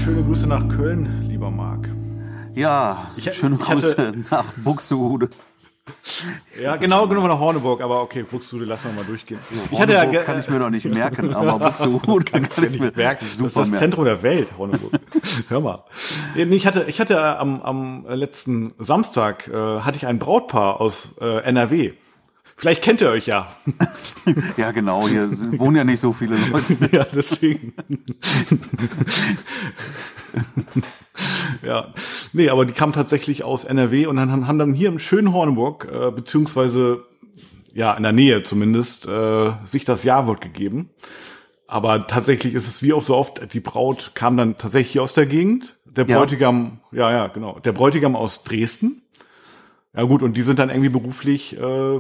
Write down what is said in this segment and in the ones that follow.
schöne Grüße nach Köln, lieber Marc. Ja, schöne Grüße nach Buxtehude. Ja, genau nach Horneburg, aber okay, Buxtehude lassen wir mal durchgehen. Horneburg kann ich mir noch nicht merken, aber Buxtehude kann ich mir merken. Das ist das Zentrum der Welt, Horneburg. Hör mal. Ich hatte am letzten Samstag hatte ich ein Brautpaar aus NRW. Vielleicht kennt ihr euch ja. Ja, genau, hier wohnen ja nicht so viele Leute. Ja, deswegen. Ja, nee, aber die kamen tatsächlich aus NRW und haben dann hier im schönen Horneburg, beziehungsweise, ja, in der Nähe zumindest, sich das Jawort gegeben. Aber tatsächlich ist es wie auch so oft, die Braut kam dann tatsächlich hier aus der Gegend, der Bräutigam, ja, genau, der Bräutigam aus Dresden. Ja gut, und die sind dann irgendwie beruflich,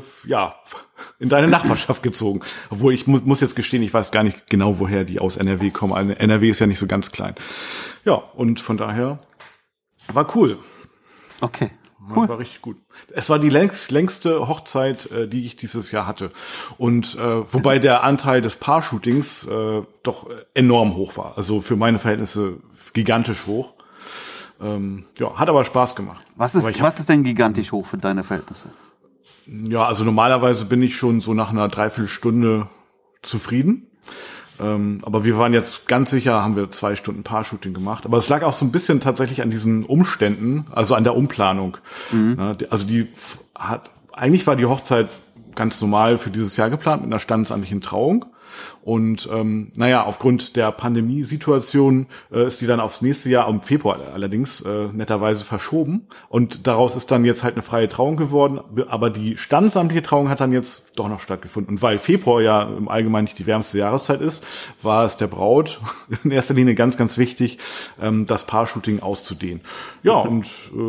in deine Nachbarschaft gezogen. Obwohl ich muss jetzt gestehen, ich weiß gar nicht genau, woher die aus NRW kommen. NRW ist ja nicht so ganz klein. Ja, und von daher war cool. Okay, cool. War richtig gut. Es war die längste Hochzeit, die ich dieses Jahr hatte. Und wobei der Anteil des Paar-Shootings doch enorm hoch war. Also für meine Verhältnisse gigantisch hoch. Hat aber Spaß gemacht. Was ist denn gigantisch hoch für deine Verhältnisse? Ja, also normalerweise bin ich schon so nach einer Dreiviertelstunde zufrieden. Aber wir waren jetzt ganz sicher, haben wir 2 Stunden Paar-Shooting gemacht. Aber es lag auch so ein bisschen tatsächlich an diesen Umständen, also an der Umplanung. Mhm. Also eigentlich war die Hochzeit ganz normal für dieses Jahr geplant mit einer standesamtlichen Trauung. Und aufgrund der Pandemiesituation ist die dann aufs nächste Jahr, im Februar allerdings, netterweise verschoben. Und daraus ist dann jetzt halt eine freie Trauung geworden. Aber die standesamtliche Trauung hat dann jetzt doch noch stattgefunden. Und weil Februar ja im Allgemeinen nicht die wärmste Jahreszeit ist, war es der Braut in erster Linie ganz, ganz wichtig, das Paar-Shooting auszudehnen. Ja, und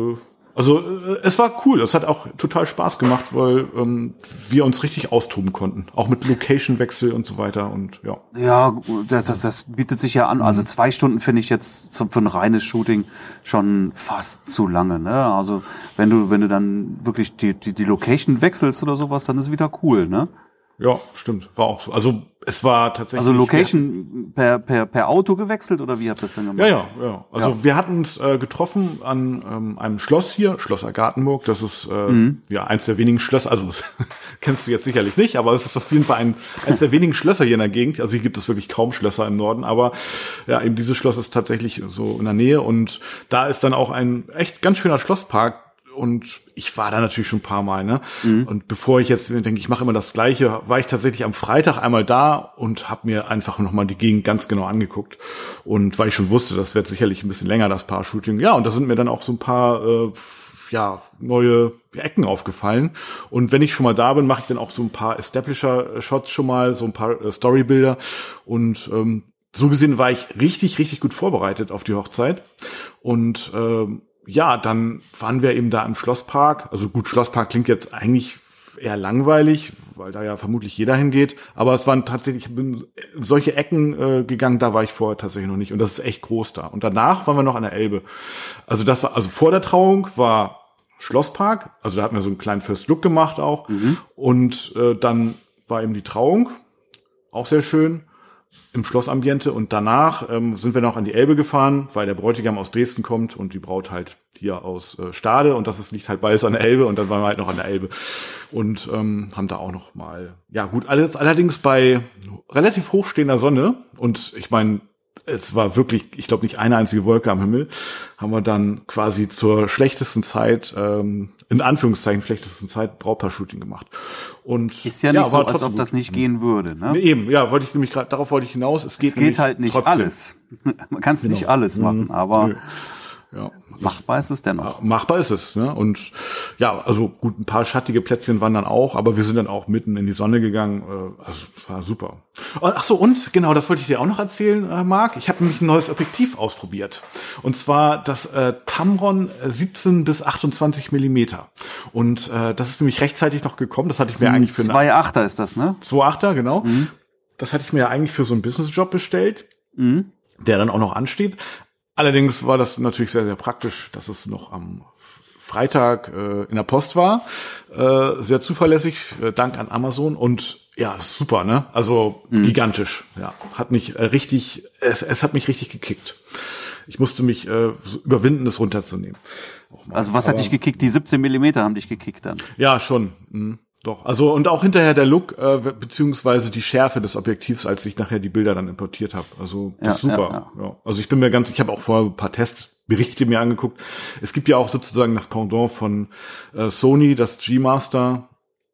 es war cool. Es hat auch total Spaß gemacht, weil wir uns richtig austoben konnten. Auch mit Location-Wechsel und so weiter und ja. Ja, das bietet sich ja an. Also 2 Stunden finde ich jetzt für ein reines Shooting schon fast zu lange, ne? Also wenn du dann wirklich die Location wechselst oder sowas, dann ist wieder cool, ne? Ja, stimmt. War auch so. Also es war tatsächlich. Also Location per Auto gewechselt oder wie habt ihr das denn gemacht? Ja. Also wir hatten uns getroffen an einem Schloss hier, Schloss Agathenburg. Das ist eins der wenigen Schlösser. Also das kennst du jetzt sicherlich nicht, aber es ist auf jeden Fall eins der wenigen Schlösser hier in der Gegend. Also hier gibt es wirklich kaum Schlösser im Norden, aber ja, eben dieses Schloss ist tatsächlich so in der Nähe und da ist dann auch ein echt ganz schöner Schlosspark. Und ich war da natürlich schon ein paar Mal, ne? Mhm. Und bevor ich jetzt denke, ich mache immer das Gleiche, war ich tatsächlich am Freitag einmal da und habe mir einfach nochmal die Gegend ganz genau angeguckt. Und weil ich schon wusste, das wird sicherlich ein bisschen länger, das Paar-Shooting. Ja, und da sind mir dann auch so ein paar neue Ecken aufgefallen. Und wenn ich schon mal da bin, mache ich dann auch so ein paar Establisher-Shots schon mal, so ein paar Storybilder. Und so gesehen war ich richtig, richtig gut vorbereitet auf die Hochzeit. Und dann waren wir eben da im Schlosspark. Also gut, Schlosspark klingt jetzt eigentlich eher langweilig, weil da ja vermutlich jeder hingeht. Aber es waren tatsächlich, ich bin solche Ecken gegangen, da war ich vorher tatsächlich noch nicht. Und das ist echt groß da. Und danach waren wir noch an der Elbe. Also vor der Trauung war Schlosspark. Also da hatten wir so einen kleinen First Look gemacht auch. Mhm. Und dann war eben die Trauung. Auch sehr schön. Im Schlossambiente und danach sind wir noch an die Elbe gefahren, weil der Bräutigam aus Dresden kommt und die Braut halt hier aus Stade und liegt halt beides an der Elbe und dann waren wir halt noch an der Elbe und haben da auch noch mal, ja gut, alles allerdings bei relativ hochstehender Sonne und ich meine, es war wirklich, ich glaube nicht eine einzige Wolke am Himmel, haben wir dann quasi zur schlechtesten Zeit, in Anführungszeichen schlechtesten Zeit, Brautpaar-Shooting gemacht. Und ist ja nicht so, als ob das nicht gehen würde, ne? Nee, eben, ja, darauf wollte ich hinaus. Es geht halt nicht trotzdem. Alles. Man kann es nicht alles machen, aber ja, machbar ist es dennoch. Machbar ist es, ne? Und ja, also gut, ein paar schattige Plätzchen waren dann auch, aber wir sind dann auch mitten in die Sonne gegangen. Also es war super. Ach so, und genau, das wollte ich dir auch noch erzählen, Marc. Ich habe nämlich ein neues Objektiv ausprobiert. Und zwar das Tamron 17 bis 28 Millimeter. Und das ist nämlich rechtzeitig noch gekommen. Das hatte ich mir eigentlich für 2,8er ist das, ne? 2,8er, genau. Mhm. Das hatte ich mir eigentlich für so einen Businessjob bestellt, der dann auch noch ansteht. Allerdings war das natürlich sehr, sehr praktisch, dass es noch am Freitag in der Post war. Sehr zuverlässig, dank an Amazon. Und ja, super, ne? Also gigantisch. Ja, hat mich es hat mich richtig gekickt. ich musste mich so überwinden, das runterzunehmen. Also was hat dich gekickt? Die 17 Millimeter haben dich gekickt dann? Ja, schon. Doch. Also und auch hinterher der Look beziehungsweise die Schärfe des Objektivs, als ich nachher die Bilder dann importiert habe. Also das ist super. Ja. Also ich habe auch vorher ein paar Testberichte mir angeguckt. Es gibt ja auch sozusagen das Pendant von Sony, das G-Master.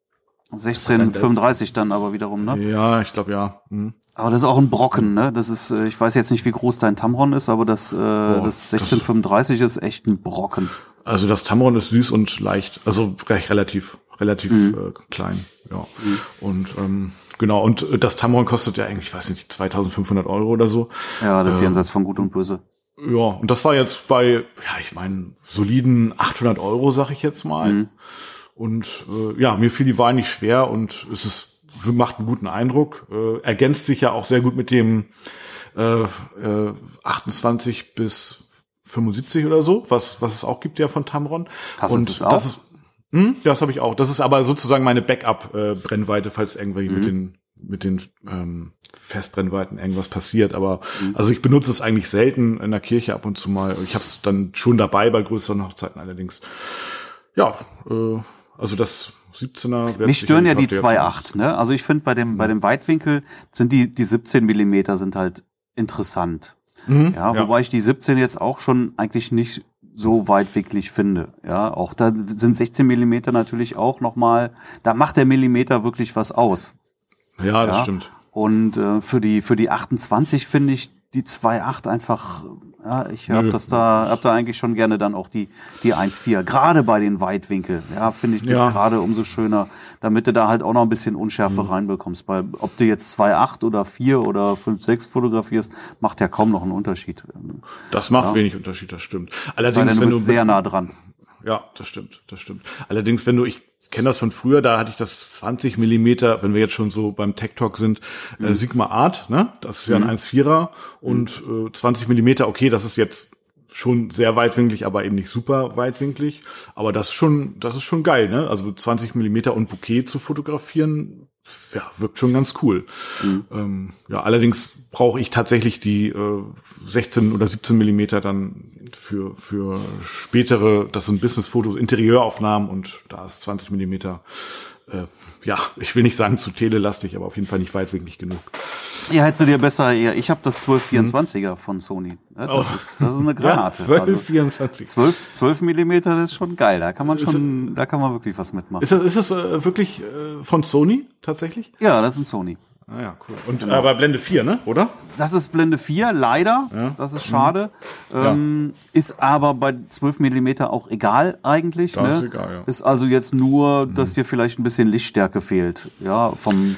1635 dann aber wiederum, ne? Ja, ich glaube ja. Aber das ist auch ein Brocken, ne? Das ist, ich weiß jetzt nicht, wie groß dein Tamron ist, aber das 1635 ist echt ein Brocken. Also das Tamron ist süß und leicht, also gleich relativ klein, ja. Und genau, und das Tamron kostet ja eigentlich, ich weiß nicht, 2.500 € oder so. Ja, das ist jenseits von Gut und Böse. Ja, und das war jetzt bei, ich meine, soliden 800 €, sag ich jetzt mal. Und mir fiel die Wahl nicht schwer und macht einen guten Eindruck. Ergänzt sich ja auch sehr gut mit dem 28 bis 75 oder so, was es auch gibt ja von Tamron. Hast du das auch? Das habe ich auch. Das ist aber sozusagen meine Backup-Brennweite, falls irgendwie mit den Festbrennweiten irgendwas passiert. Aber also ich benutze es eigentlich selten in der Kirche ab und zu mal. Ich habe es dann schon dabei bei größeren Hochzeiten allerdings. Ja, also das 17er. Mich stören ja die 2.8, ne? Also ich finde bei dem Weitwinkel sind die 17 Millimeter sind halt interessant. Wobei ich die 17 jetzt auch schon eigentlich nicht so weitwinklig finde. Ja, auch da sind 16 Millimeter natürlich auch nochmal, da macht der Millimeter wirklich was aus. Ja, das stimmt. Und für die 28 finde ich die 2.8 einfach, ich hab da eigentlich schon gerne dann auch die 1.4. Gerade bei den Weitwinkel, finde ich das gerade umso schöner, damit du da halt auch noch ein bisschen Unschärfe reinbekommst. Weil ob du jetzt 2.8 oder 4 oder 5.6 fotografierst, macht ja kaum noch einen Unterschied. Das macht wenig Unterschied, das stimmt. Allerdings, wenn du sehr nah dran. Ja, das stimmt. Allerdings, ich kenne das von früher, da hatte ich das 20 Millimeter, wenn wir jetzt schon so beim Tech Talk sind, Sigma Art, ne? Das ist ja ein 1.4er und 20 Millimeter, okay, das ist jetzt schon sehr weitwinklig, aber eben nicht super weitwinklig. Aber das ist schon geil, ne? Also 20 Millimeter und Bouquet zu fotografieren, wirkt schon ganz cool. Allerdings brauche ich tatsächlich die 16 oder 17 Millimeter dann für spätere, das sind Business-Fotos, Interieuraufnahmen und da ist 20 Millimeter, ich will nicht sagen zu telelastig, aber auf jeden Fall nicht weitwinklig genug. Ja, hättest du dir besser ich habe das 1224er von Sony. Das ist eine Granate. 1224. 12 Millimeter, das ist schon geil. Da kann man wirklich was mitmachen. Ist das wirklich von Sony tatsächlich? Ja, das ist ein Sony. Ah ja, cool. Und genau. Aber Blende 4, ne? Oder? Das ist Blende 4, leider. Ja. Das ist schade. Ist aber bei 12 Millimeter auch egal eigentlich. Das ist egal, ja. Ist also jetzt nur, dass dir vielleicht ein bisschen Lichtstärke fehlt. Ja, von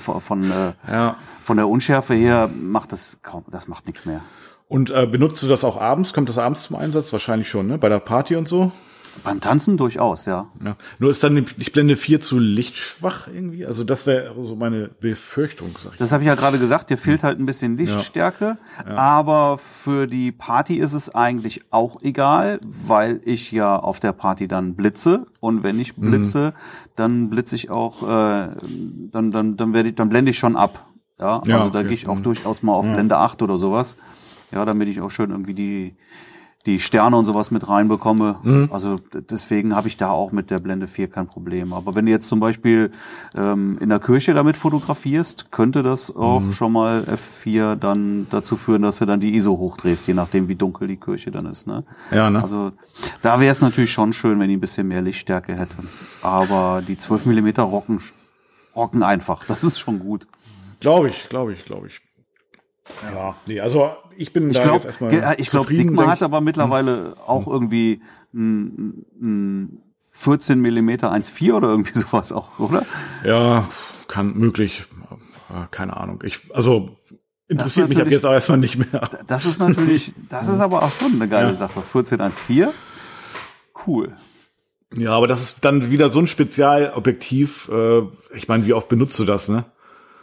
der Unschärfe her macht das macht nichts mehr. Und benutzt du das auch abends? Kommt das abends zum Einsatz? Wahrscheinlich schon, ne? Bei der Party und so? Beim Tanzen durchaus, ja. Nur ist dann nicht Blende 4 zu lichtschwach irgendwie? Also das wäre so meine Befürchtung, sag ich. Das habe ich ja gerade gesagt, dir fehlt halt ein bisschen Lichtstärke, aber für die Party ist es eigentlich auch egal, weil ich ja auf der Party dann blitze und wenn ich blitze, dann blitze ich auch, dann blende ich schon ab. Ja, also da gehe ich auch durchaus mal auf Blende 8 oder sowas. Ja, damit ich auch schön irgendwie die Sterne und sowas mit reinbekomme. Also deswegen habe ich da auch mit der Blende 4 kein Problem. Aber wenn du jetzt zum Beispiel in der Kirche damit fotografierst, könnte das auch schon mal F4 dann dazu führen, dass du dann die ISO hochdrehst, je nachdem wie dunkel die Kirche dann ist. Ne? Ja, ne? Also da wäre es natürlich schon schön, wenn die ein bisschen mehr Lichtstärke hätte. Aber die 12 Millimeter rocken einfach. Das ist schon gut. Glaube ich. Ja, nee, also ich bin da jetzt erstmal ich glaube, Sigma hat aber mittlerweile auch irgendwie ein 14 Millimeter 1.4 oder irgendwie sowas auch, oder? Ja, möglich. Keine Ahnung. Interessiert mich ab jetzt auch erstmal nicht mehr. Das ist aber auch schon eine geile Sache. 14.1.4. Cool. Ja, aber das ist dann wieder so ein Spezialobjektiv. Ich meine, wie oft benutzt du das, ne?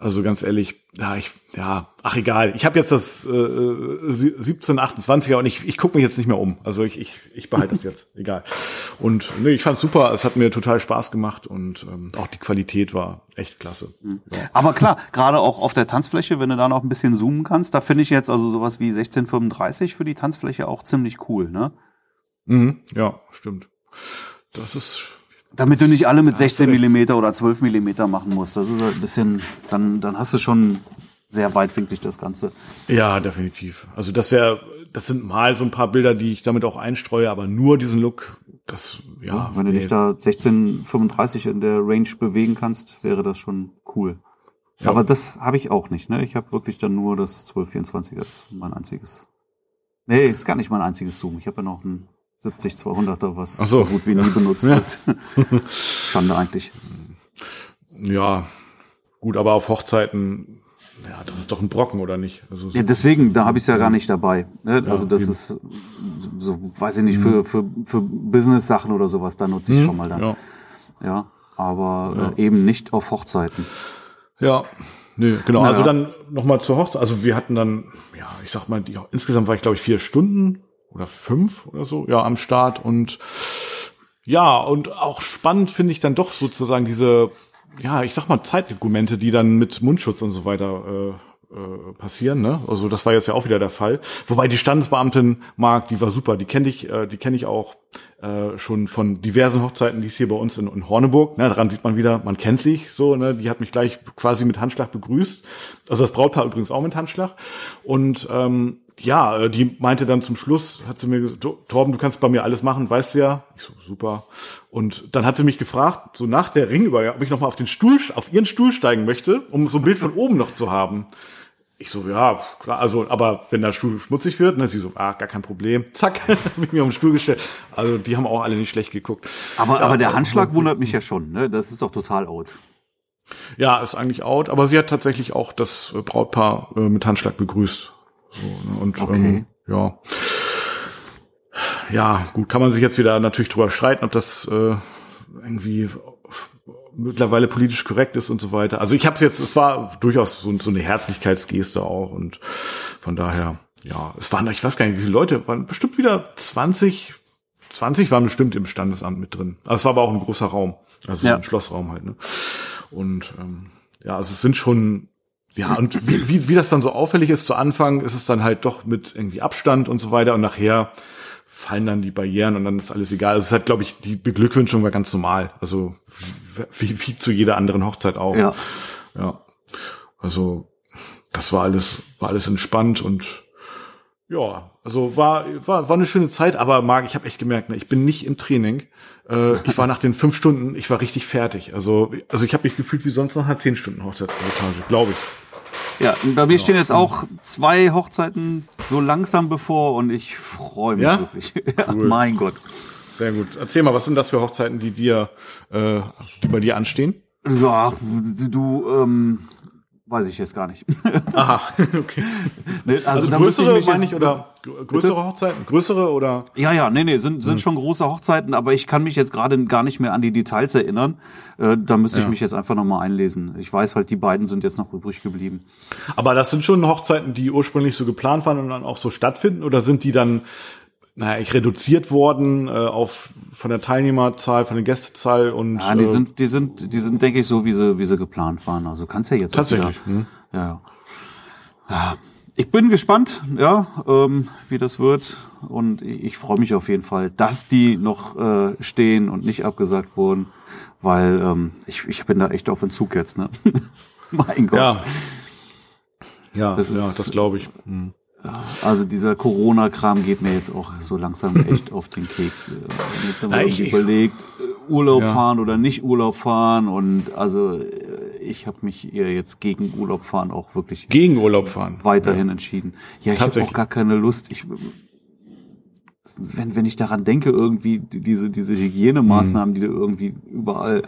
Also ganz ehrlich, ach egal. Ich habe jetzt das 1728er und ich gucke mich jetzt nicht mehr um. Also ich behalte das jetzt, egal. Und nee, ich fand's super, es hat mir total Spaß gemacht und auch die Qualität war echt klasse. Ja. Aber klar, gerade auch auf der Tanzfläche, wenn du da noch ein bisschen zoomen kannst, da finde ich jetzt also sowas wie 1635 für die Tanzfläche auch ziemlich cool, ne? Ja, stimmt. Das ist... Damit du nicht alle mit 16 Millimeter oder 12 Millimeter machen musst. Das ist halt ein bisschen, dann hast du schon sehr weitwinklig das Ganze. Ja, definitiv. Also das sind mal so ein paar Bilder, die ich damit auch einstreue, aber nur diesen Look, wenn du dich da 1635 in der Range bewegen kannst, wäre das schon cool. Ja. Aber das habe ich auch nicht, ne? Ich habe wirklich dann nur das 1224er, das ist mein einziges. Nee, ist gar nicht mein einziges Zoom. Ich habe ja noch ein 70-200er, was so gut wie nie benutzt wird. Schande eigentlich. Ja, gut, aber auf Hochzeiten, das ist doch ein Brocken, oder nicht? Also ja, deswegen, da habe ich es ja gar nicht dabei. Ne? Also das ist so, weiß ich nicht, für Business-Sachen oder sowas, da nutze ich schon mal dann. Ja, aber eben nicht auf Hochzeiten. Ja, nee, genau. Also dann nochmal zur Hochzeit. Also wir hatten dann, ich sag mal, insgesamt war ich, glaube ich, 4 Stunden oder 5 oder so, am Start. Und und auch spannend finde ich dann doch sozusagen diese, ich sag mal, Zeitdokumente, die dann mit Mundschutz und so weiter passieren, ne? Also das war jetzt ja auch wieder der Fall. Wobei die Standesbeamtin Marc, die war super, die kenne ich auch schon von diversen Hochzeiten, die es hier bei uns in Horneburg, ne? Daran sieht man wieder, man kennt sich so, ne? Die hat mich gleich quasi mit Handschlag begrüßt. Also das Brautpaar übrigens auch mit Handschlag. Und die meinte dann zum Schluss, hat sie mir gesagt, Torben, du kannst bei mir alles machen, weißt du ja. Ich so, super. Und dann hat sie mich gefragt, so nach der Ringübergabe, ob ich nochmal auf ihren Stuhl steigen möchte, um so ein Bild von oben noch zu haben. Ich so, ja, klar, also, aber wenn der Stuhl schmutzig wird, ne, sie so, gar kein Problem. Zack, hab ich mir auf den Stuhl gestellt. Also, die haben auch alle nicht schlecht geguckt. Aber der Handschlag wundert mich ja schon, ne? Das ist doch total out. Ja, ist eigentlich out, aber sie hat tatsächlich auch das Brautpaar mit Handschlag begrüßt. So, ne? Und okay. Ja, gut, kann man sich jetzt wieder natürlich drüber streiten, ob das irgendwie mittlerweile politisch korrekt ist und so weiter. Also es war durchaus so eine Herzlichkeitsgeste auch und von daher, es waren, ich weiß gar nicht, wie viele Leute, waren bestimmt wieder 20 waren bestimmt im Standesamt mit drin. Also es war aber auch ein großer Raum, also ein Schlossraum halt, ne? Und also es sind schon, und wie das dann so auffällig ist zu Anfang, ist es dann halt doch mit irgendwie Abstand und so weiter und nachher fallen dann die Barrieren und dann ist alles egal. Also es hat, glaube ich, die Beglückwünschung war ganz normal. Also wie zu jeder anderen Hochzeit auch. Ja. Also das war alles entspannt und also war eine schöne Zeit, aber Marc, ich habe echt gemerkt, ne, ich bin nicht im Training. Ich war nach den 5 Stunden, ich war richtig fertig. Also ich habe mich gefühlt wie sonst nach einer 10 Stunden Hochzeitsreportage, glaube ich. Ja, bei mir stehen jetzt auch 2 Hochzeiten so langsam bevor und ich freue mich wirklich. Cool. Mein Gott. Sehr gut. Erzähl mal, was sind das für Hochzeiten, die bei dir anstehen? Ja, weiß ich jetzt gar nicht. Aha, okay. Nee, also größere, meine ich, oder größere Hochzeiten? Größere oder? Ja, sind schon große Hochzeiten, aber ich kann mich jetzt gerade gar nicht mehr an die Details erinnern. Da müsste ich mich jetzt einfach nochmal einlesen. Ich weiß halt, die beiden sind jetzt noch übrig geblieben. Aber das sind schon Hochzeiten, die ursprünglich so geplant waren und dann auch so stattfinden, oder sind die dann reduziert worden von der Teilnehmerzahl, von der Gästezahl und die sind, denke ich, so wie sie geplant waren. Also kannst ja jetzt tatsächlich. Ja. Ich bin gespannt, wie das wird, und ich freue mich auf jeden Fall, dass die noch stehen und nicht abgesagt wurden, weil ich bin da echt auf Entzug jetzt, ne? Mein Gott. Ja, das glaube ich. Also dieser Corona-Kram geht mir jetzt auch so langsam echt auf den Keks. Jetzt haben wir überlegt, Urlaub fahren oder nicht Urlaub fahren, und also ich habe mich eher jetzt gegen Urlaub fahren auch wirklich weiterhin entschieden. Ja, ich habe auch gar keine Lust. Wenn ich daran denke, irgendwie diese Hygienemaßnahmen, die da irgendwie überall.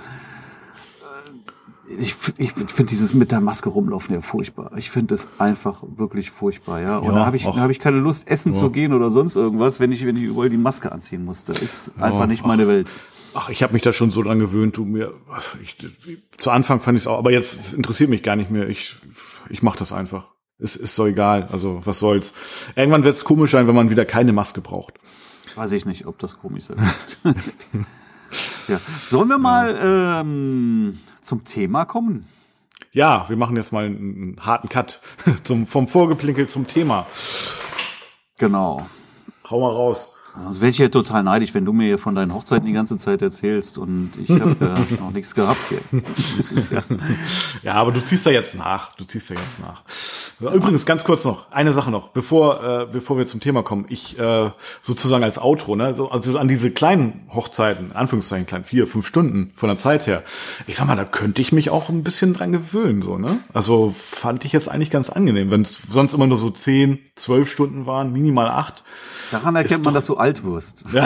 Ich finde dieses mit der Maske rumlaufen ja furchtbar. Ich finde es einfach wirklich furchtbar, ja. Und da habe ich keine Lust, essen zu gehen oder sonst irgendwas, wenn ich überall die Maske anziehen muss. Das ist einfach nicht meine Welt. Ach, ich habe mich da schon so dran gewöhnt. Zu Anfang fand ich es auch, aber jetzt es interessiert mich gar nicht mehr. Ich mache das einfach. Es ist so egal. Also was soll's. Irgendwann wird es komisch sein, wenn man wieder keine Maske braucht. Weiß ich nicht, ob das komisch ist. Ja. Sollen wir mal zum Thema kommen? Ja, wir machen jetzt mal einen harten Cut vom Vorgeplinkel zum Thema. Genau. Hau mal raus. Sonst wäre ich ja total neidisch, wenn du mir hier von deinen Hochzeiten die ganze Zeit erzählst und ich habe noch nichts gehabt hier. Das ist ja, aber du ziehst da jetzt nach. Übrigens, ganz kurz noch, eine Sache noch, bevor wir zum Thema kommen. Ich sozusagen als Outro, ne, also an diese kleinen Hochzeiten, in Anführungszeichen klein, 4-5 Stunden von der Zeit her, ich sag mal, da könnte ich mich auch ein bisschen dran gewöhnen, so, ne? Also fand ich jetzt eigentlich ganz angenehm, wenn es sonst immer nur so 10-12 Stunden waren, minimal 8. Daran erkennt man, dass du alt wirst. Ja.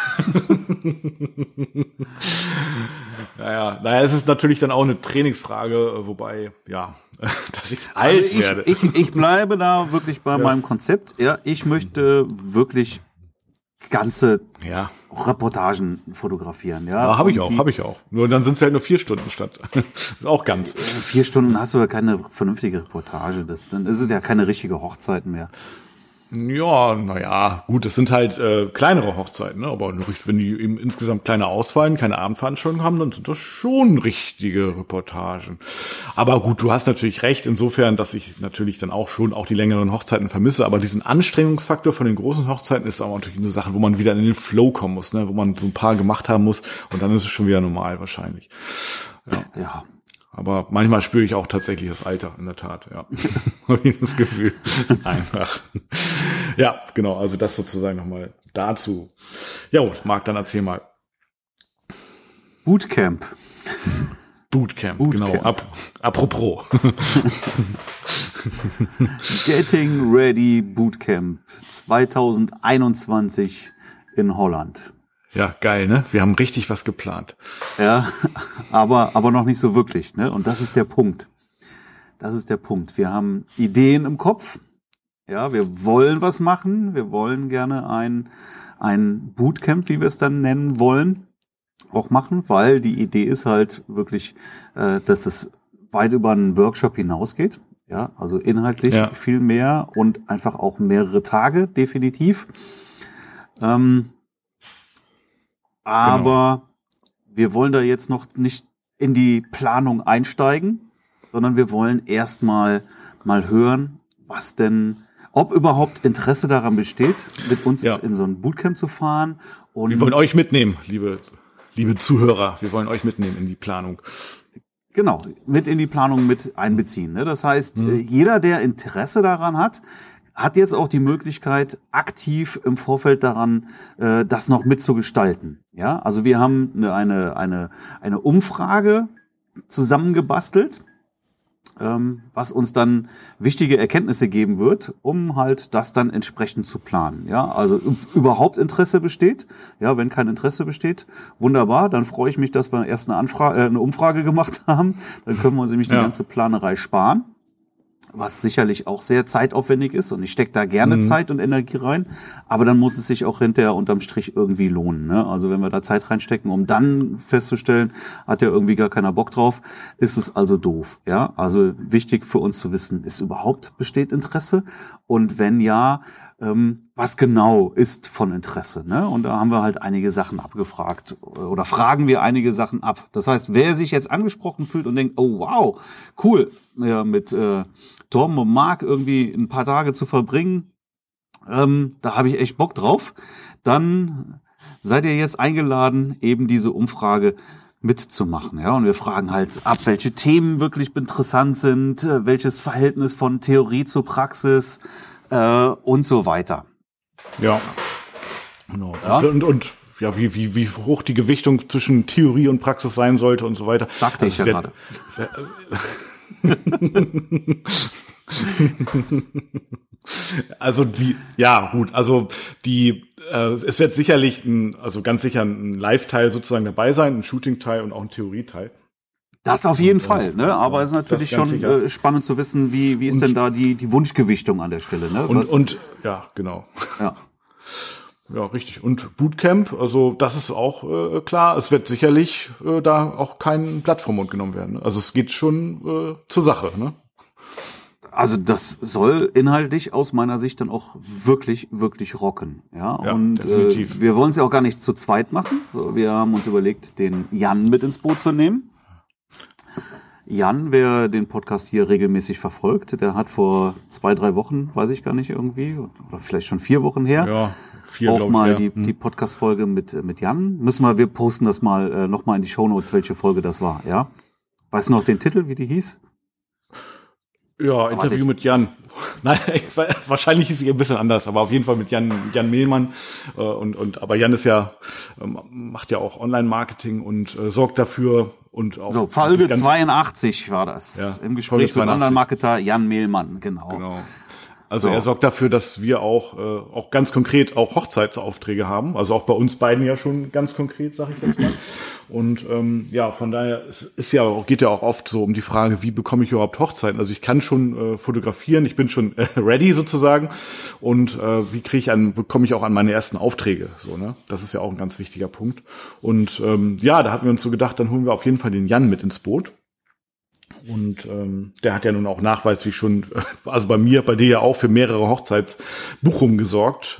Naja, es ist natürlich dann auch eine Trainingsfrage, wobei, ja, dass ich alt werde. Ich bleibe da wirklich bei meinem Konzept. Ja, ich möchte wirklich ganze Reportagen fotografieren. Ja, habe ich auch. Nur dann sind es halt nur 4 Stunden statt. Ist auch ganz. 4 Stunden hast du ja keine vernünftige Reportage. Dann ist es ja keine richtige Hochzeit mehr. Ja, naja, gut, es sind halt kleinere Hochzeiten, ne? Aber wenn die eben insgesamt kleiner ausfallen, keine Abendveranstaltungen haben, dann sind das schon richtige Reportagen. Aber gut, du hast natürlich recht, insofern, dass ich natürlich dann auch die längeren Hochzeiten vermisse, aber diesen Anstrengungsfaktor von den großen Hochzeiten ist auch natürlich eine Sache, wo man wieder in den Flow kommen muss, ne? Wo man so ein paar gemacht haben muss und dann ist es schon wieder normal wahrscheinlich. Ja. Aber manchmal spüre ich auch tatsächlich das Alter, in der Tat, ja. Habe ich das Gefühl. Einfach. Ja, genau, also das sozusagen nochmal dazu. Ja, gut, Marc, dann erzähl mal. Bootcamp, genau. Apropos. Getting Ready Bootcamp 2021 in Holland. Ja, geil, ne? Wir haben richtig was geplant. Ja, aber noch nicht so wirklich, ne? Und das ist der Punkt. Wir haben Ideen im Kopf. Ja, wir wollen was machen. Wir wollen gerne ein Bootcamp, wie wir es dann nennen wollen, auch machen, weil die Idee ist halt wirklich, dass es weit über einen Workshop hinausgeht. Ja, also inhaltlich viel mehr und einfach auch mehrere Tage, definitiv. Aber wir wollen da jetzt noch nicht in die Planung einsteigen, sondern wir wollen erstmal mal hören, ob überhaupt Interesse daran besteht, mit uns in so ein Bootcamp zu fahren. Und wir wollen euch mitnehmen, liebe Zuhörer. Wir wollen euch mitnehmen in die Planung. Genau, mit in die Planung mit einbeziehen. Ne? Das heißt, jeder, der Interesse daran hat jetzt auch die Möglichkeit, aktiv im Vorfeld daran, das noch mitzugestalten. Ja, also wir haben eine Umfrage zusammengebastelt, was uns dann wichtige Erkenntnisse geben wird, um halt das dann entsprechend zu planen. Ja, also überhaupt Interesse besteht. Ja, wenn kein Interesse besteht, wunderbar. Dann freue ich mich, dass wir erst eine Umfrage gemacht haben. Dann können wir uns nämlich die ganze Planerei sparen. Was sicherlich auch sehr zeitaufwendig ist und ich stecke da gerne Zeit und Energie rein, aber dann muss es sich auch hinterher unterm Strich irgendwie lohnen. Ne? Also wenn wir da Zeit reinstecken, um dann festzustellen, hat ja irgendwie gar keiner Bock drauf, ist es also doof. Ja, also wichtig für uns zu wissen, besteht Interesse und wenn ja, was genau ist von Interesse, ne? Und da haben wir halt einige Sachen abgefragt oder fragen wir einige Sachen ab. Das heißt, wer sich jetzt angesprochen fühlt und denkt, oh wow, cool, ja, mit Torben und Marc irgendwie ein paar Tage zu verbringen, da habe ich echt Bock drauf, dann seid ihr jetzt eingeladen, eben diese Umfrage mitzumachen. Ja, und wir fragen halt ab, welche Themen wirklich interessant sind, welches Verhältnis von Theorie zu Praxis, und so weiter. Ja. Genau. Ja? Also und ja, wie hoch die Gewichtung zwischen Theorie und Praxis sein sollte und so weiter. Sagte ich ja gerade. Also es wird sicherlich ganz sicher ein Live-Teil sozusagen dabei sein, ein Shooting-Teil und auch ein Theorie-Teil. Das auf jeden Fall, ne? Aber es ist natürlich schon spannend zu wissen, wie ist denn da die Wunschgewichtung an der Stelle, ne? Und ja, genau. Ja. Ja, richtig. Und Bootcamp, also das ist auch klar, es wird sicherlich da auch kein Blatt vom Mund genommen werden. Also es geht schon zur Sache, ne? Also das soll inhaltlich aus meiner Sicht dann auch wirklich, wirklich rocken. Ja, und definitiv. Wir wollen es ja auch gar nicht zu zweit machen. So, wir haben uns überlegt, den Jan mit ins Boot zu nehmen. Jan, wer den Podcast hier regelmäßig verfolgt, der hat vor 2-3 Wochen, weiß ich gar nicht irgendwie, oder vielleicht schon 4 Wochen her, ja, 4, auch mal die Podcast-Folge mit Jan. Wir posten das mal nochmal in die Shownotes, welche Folge das war, ja? Weißt du noch den Titel, wie die hieß? Ja, Interview mit Jan. Nein, wahrscheinlich ist sie ein bisschen anders, aber auf jeden Fall mit Jan Mehlmann. Aber Jan ist ja, macht ja auch Online-Marketing und sorgt dafür und auch. So, Folge 82 war das. Ja, im Gespräch mit Online-Marketer Jan Mehlmann, genau. Also er sorgt dafür, dass wir auch ganz konkret auch Hochzeitsaufträge haben. Also auch bei uns beiden ja schon ganz konkret, sag ich jetzt mal. Und von daher geht ja auch oft so um die Frage, wie bekomme ich überhaupt Hochzeiten? Also ich kann schon fotografieren, ich bin schon ready sozusagen. Und wie bekomme ich auch an meine ersten Aufträge? So, ne? Das ist ja auch ein ganz wichtiger Punkt. Und da hatten wir uns so gedacht, dann holen wir auf jeden Fall den Jan mit ins Boot. Und der hat ja nun auch nachweislich schon, also bei dir ja auch, für mehrere Hochzeitsbuchungen gesorgt.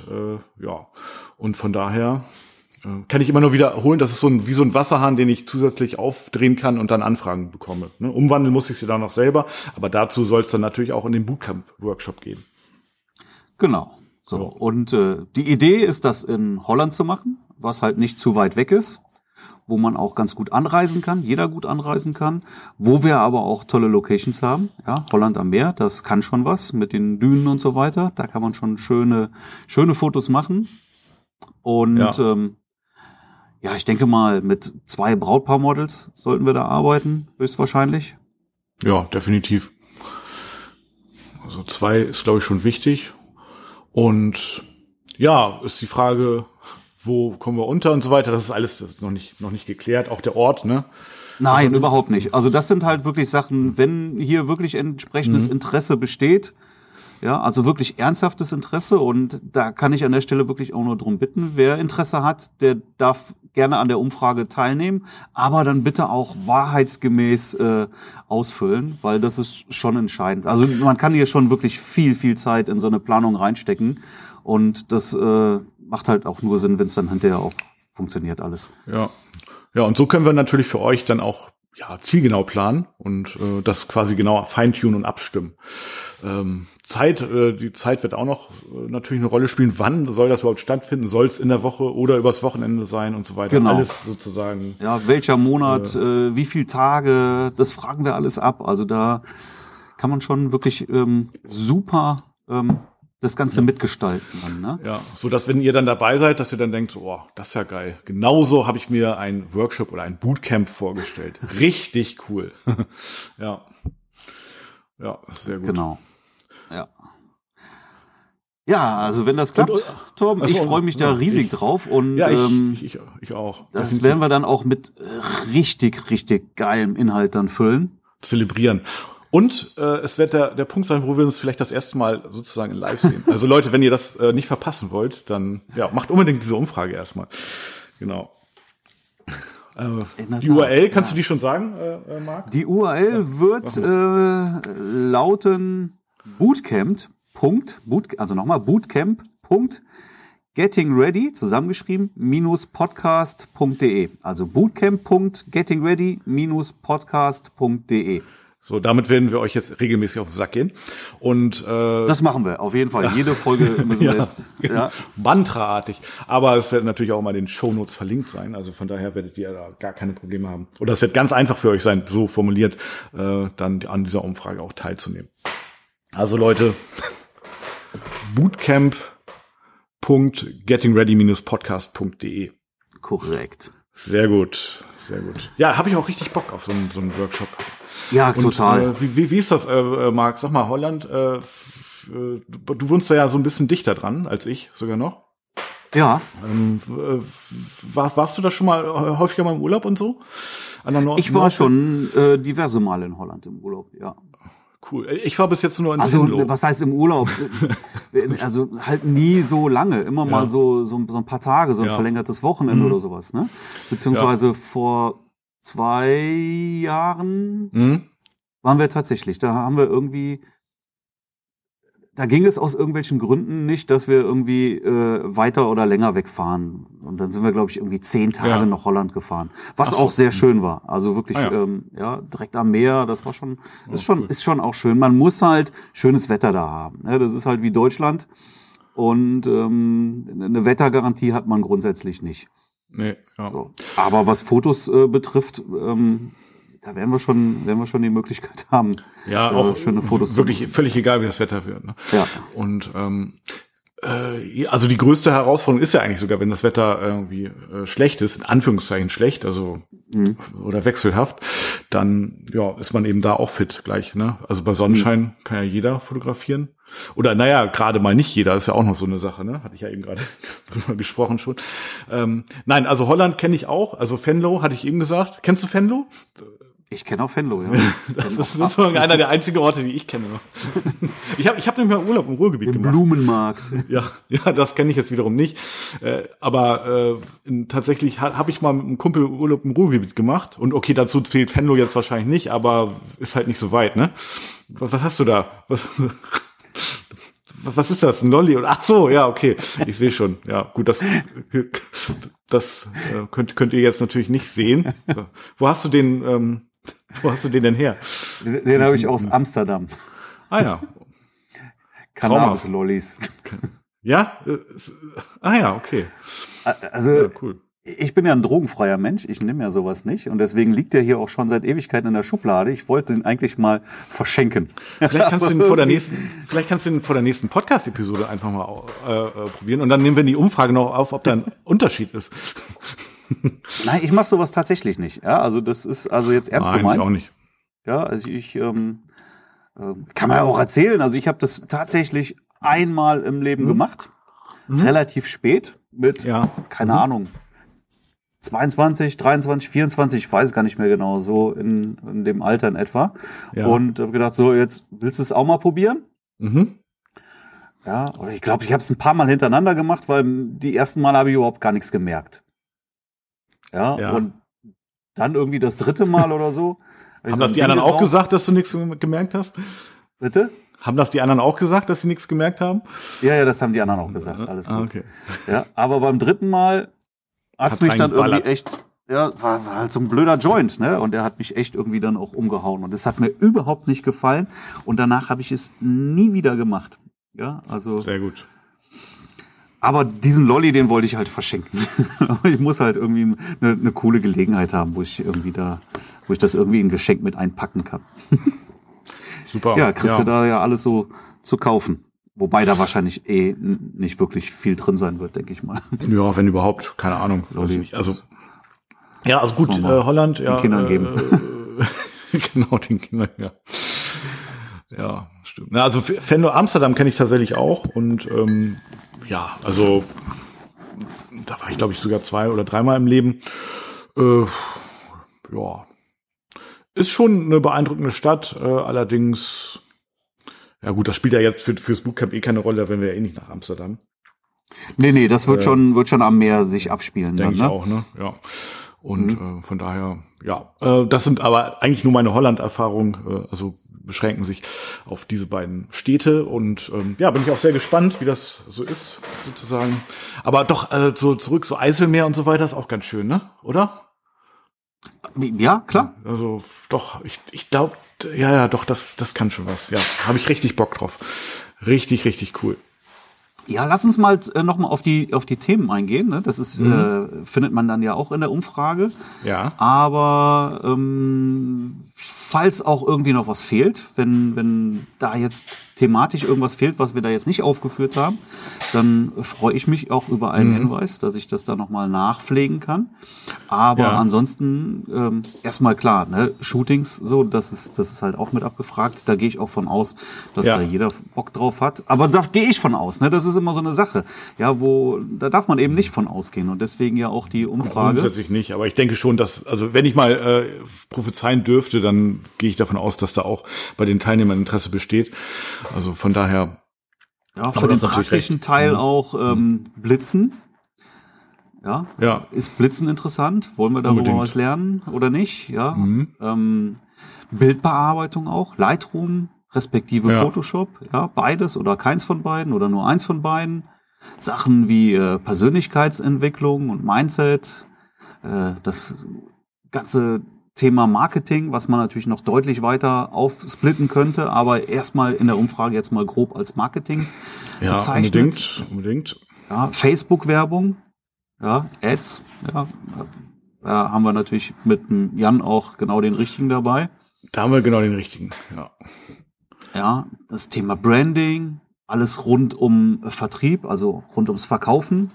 Und von daher kann ich immer nur wiederholen, das ist wie so ein Wasserhahn, den ich zusätzlich aufdrehen kann und dann Anfragen bekomme. Ne? Umwandeln muss ich sie dann noch selber, aber dazu soll es dann natürlich auch in den Bootcamp-Workshop gehen. Genau. So. Ja. Und die Idee ist, das in Holland zu machen, was halt nicht zu weit weg ist, wo man auch ganz gut anreisen kann, jeder gut anreisen kann, wo wir aber auch tolle Locations haben. Ja, Holland am Meer, das kann schon was mit den Dünen und so weiter. Da kann man schon schöne Fotos machen. Und ich denke mal, mit 2 Brautpaarmodels sollten wir da arbeiten, höchstwahrscheinlich. Ja, definitiv. Also 2 ist, glaube ich, schon wichtig. Und ja, ist die Frage, wo kommen wir unter und so weiter. Das ist noch nicht geklärt. Auch der Ort, ne? Nein, also, überhaupt nicht. Also das sind halt wirklich Sachen, wenn hier wirklich entsprechendes Interesse besteht, ja, also wirklich ernsthaftes Interesse, und da kann ich an der Stelle wirklich auch nur drum bitten, wer Interesse hat, der darf gerne an der Umfrage teilnehmen, aber dann bitte auch wahrheitsgemäß ausfüllen, weil das ist schon entscheidend. Also man kann hier schon wirklich viel, viel Zeit in so eine Planung reinstecken, und das macht halt auch nur Sinn, wenn es dann hinterher auch funktioniert alles. Ja, und so können wir natürlich für euch dann auch zielgenau planen und das quasi genau feintunen und abstimmen. Die Zeit wird auch noch natürlich eine Rolle spielen. Wann soll das überhaupt stattfinden? Soll es in der Woche oder übers Wochenende sein und so weiter? Genau. Alles sozusagen. Ja, welcher Monat, wie viele Tage, das fragen wir alles ab. Also da kann man schon wirklich super das Ganze mitgestalten dann, ne? Ja, so dass wenn ihr dann dabei seid, dass ihr dann denkt, das ist ja geil. Genauso habe ich mir ein Workshop oder ein Bootcamp vorgestellt. Richtig cool. Ja, sehr gut. Genau. Ja, also wenn das klappt, Torben, ich freue mich da riesig drauf, und ich auch. Das definitiv. Werden wir dann auch mit richtig, richtig geilem Inhalt dann füllen. Zelebrieren. Und es wird der Punkt sein, wo wir uns vielleicht das erste Mal sozusagen live sehen. Also Leute, wenn ihr das nicht verpassen wollt, dann macht unbedingt diese Umfrage erstmal. Genau. Die URL, kannst du die schon sagen, Marc? Die URL wird lauten bootcamp.gettingready, zusammengeschrieben, -podcast.de. Also bootcamp.gettingready-podcast.de. So, damit werden wir euch jetzt regelmäßig auf den Sack gehen. Und das machen wir, auf jeden Fall. Jede Folge müssen wir jetzt. Ja. Mantraartig. Aber es wird natürlich auch mal in den Shownotes verlinkt sein. Also von daher werdet ihr da gar keine Probleme haben. Oder es wird ganz einfach für euch sein, so formuliert, dann an dieser Umfrage auch teilzunehmen. Also Leute, bootcamp.gettingready-podcast.de. Korrekt. Sehr gut. Ja, habe ich auch richtig Bock auf so einen Workshop. Ja, total. Und, wie ist das, Marc? Sag mal, Holland, du wohnst da ja so ein bisschen dichter dran als ich sogar noch. Ja. Warst du da schon mal häufiger mal im Urlaub und so? Ich war schon diverse Male in Holland im Urlaub, ja. Cool. Ich war bis jetzt nur in Also, Venlo. was heißt im Urlaub? Also halt nie so lange, immer mal so ein paar Tage, so ein verlängertes Wochenende oder sowas, ne? Beziehungsweise vor 2 Jahren waren wir tatsächlich, da haben wir irgendwie, da ging es aus irgendwelchen Gründen nicht, dass wir irgendwie weiter oder länger wegfahren. Und dann sind wir, glaube ich, irgendwie 10 Tage nach Holland gefahren. Was auch sehr schön war. Also wirklich, direkt am Meer, das war schon, ist schon auch schön. Man muss halt schönes Wetter da haben. Ne? Das ist halt wie Deutschland. Und eine Wettergarantie hat man grundsätzlich nicht. Nee, ja. So. Aber was Fotos betrifft, da werden wir schon die Möglichkeit haben, auch schöne Fotos wirklich zu machen. völlig egal, wie das Wetter wird. Ne? Ja. Und also die größte Herausforderung ist ja eigentlich sogar, wenn das Wetter irgendwie schlecht ist, in Anführungszeichen schlecht, also oder wechselhaft, dann ist man eben da auch fit gleich. Ne? Also bei Sonnenschein kann ja jeder fotografieren. Oder gerade mal nicht jeder, ist ja auch noch so eine Sache, ne? Hatte ich ja eben gerade drüber gesprochen schon. Nein, also Holland kenne ich auch, also Venlo hatte ich eben gesagt. Kennst du Venlo? Ich kenne auch Venlo, ja. Das ist sozusagen einer der einzigen Orte, die ich kenne. Ich hab nämlich mal Urlaub im Ruhrgebiet gemacht. Blumenmarkt. Ja, das kenne ich jetzt wiederum nicht. Aber tatsächlich habe ich mal mit einem Kumpel Urlaub im Ruhrgebiet gemacht. Und okay, dazu zählt Venlo jetzt wahrscheinlich nicht, aber ist halt nicht so weit, ne? Was hast du da? Was ist das? Ein Lolli? Ach so, ja, okay. Ich sehe schon. Ja, gut, das könnt ihr jetzt natürlich nicht sehen. Wo hast du den denn her? Den habe ich aus Amsterdam. Ah ja. Cannabis-Lollis. Ja? Ah ja, okay. Also, cool. Ich bin ja ein drogenfreier Mensch, ich nehme ja sowas nicht und deswegen liegt der hier auch schon seit Ewigkeiten in der Schublade. Ich wollte ihn eigentlich mal verschenken. Vielleicht kannst du ihn vor der nächsten Podcast-Episode einfach mal probieren und dann nehmen wir die Umfrage noch auf, ob da ein Unterschied ist. Nein, ich mache sowas tatsächlich nicht. Ja, also das ist also jetzt ernst gemeint. Ich auch nicht. Ja, also ich kann man ja auch erzählen. Also ich habe das tatsächlich einmal im Leben gemacht, relativ spät mit, keine Ahnung, 22, 23, 24, ich weiß gar nicht mehr genau, so in dem Alter in etwa. Ja. Und habe gedacht, so jetzt willst du es auch mal probieren? Ja, oder ich glaube, ich habe es ein paar Mal hintereinander gemacht, weil die ersten Mal habe ich überhaupt gar nichts gemerkt. Ja, und dann irgendwie das 3. Mal oder so. Haben das die anderen auch gesagt, dass du nichts gemerkt hast? Bitte? Haben das die anderen auch gesagt, dass sie nichts gemerkt haben? Ja, das haben die anderen auch gesagt. Alles gut. Okay. Ja, aber beim 3. Mal hat's mich dann irgendwie echt, war halt so ein blöder Joint, ne? Und der hat mich echt irgendwie dann auch umgehauen. Und das hat mir überhaupt nicht gefallen. Und danach habe ich es nie wieder gemacht. Ja, also. Sehr gut. Aber diesen Lolli, den wollte ich halt verschenken. Ich muss halt irgendwie eine coole Gelegenheit haben, wo ich das irgendwie in ein Geschenk mit einpacken kann. Super. Ja, kriegst du da ja alles so zu kaufen. Wobei da wahrscheinlich nicht wirklich viel drin sein wird, denke ich mal. Ja, wenn überhaupt, keine Ahnung. Weiß ich nicht. Also gut, Holland, den Kindern geben. Genau, den Kindern, ja. Ja, stimmt. Na, also Venlo Amsterdam kenne ich tatsächlich auch und also da war ich, glaube ich, sogar 2 oder 3 Mal im Leben. Ist schon eine beeindruckende Stadt, allerdings, ja gut, das spielt ja jetzt fürs Bootcamp keine Rolle, wenn wir ja nicht nach Amsterdam. Nee, das wird schon am Meer sich abspielen. Denke ich auch, ne? Ja. Und von daher, das sind aber eigentlich nur meine Holland-Erfahrungen, also beschränken sich auf diese beiden Städte und bin ich auch sehr gespannt, wie das so ist, sozusagen. Aber doch, so zurück, so Eiselmeer und so weiter ist auch ganz schön, ne? Oder? Ja, klar. Also doch, ich glaube, doch, das kann schon was. Ja, habe ich richtig Bock drauf. Richtig, richtig cool. Ja, lass uns mal noch mal auf die Themen eingehen. Ne? Das ist findet man dann ja auch in der Umfrage. Ja. Aber falls auch irgendwie noch was fehlt, wenn da jetzt thematisch irgendwas fehlt, was wir da jetzt nicht aufgeführt haben, dann freue ich mich auch über einen Hinweis, dass ich das da nochmal nachpflegen kann. Aber ansonsten erstmal klar, ne, Shootings, so, das ist halt auch mit abgefragt. Da gehe ich auch von aus, dass da jeder Bock drauf hat. Aber da gehe ich von aus, ne? Das ist immer so eine Sache, ja, da darf man eben nicht von ausgehen. Und deswegen ja auch die Umfrage. Grundsätzlich nicht, aber ich denke schon, dass, also wenn ich mal prophezeien dürfte, dann gehe ich davon aus, dass da auch bei den Teilnehmern Interesse besteht. Also von daher. Ja, für den praktischen Teil auch Blitzen. Ja. Ist Blitzen interessant? Wollen wir darüber was lernen oder nicht? Ja. Bildbearbeitung auch, Lightroom, respektive Photoshop, ja, beides oder keins von beiden oder nur eins von beiden. Sachen wie Persönlichkeitsentwicklung und Mindset, das ganze Thema Marketing, was man natürlich noch deutlich weiter aufsplitten könnte, aber erstmal in der Umfrage jetzt mal grob als Marketing bezeichnet. Unbedingt. Ja, Facebook-Werbung, ja, Ads, ja, da haben wir natürlich mit dem Jan auch genau den richtigen dabei. Da haben wir genau den richtigen, ja. Ja, das Thema Branding, alles rund um Vertrieb, also rund ums Verkaufen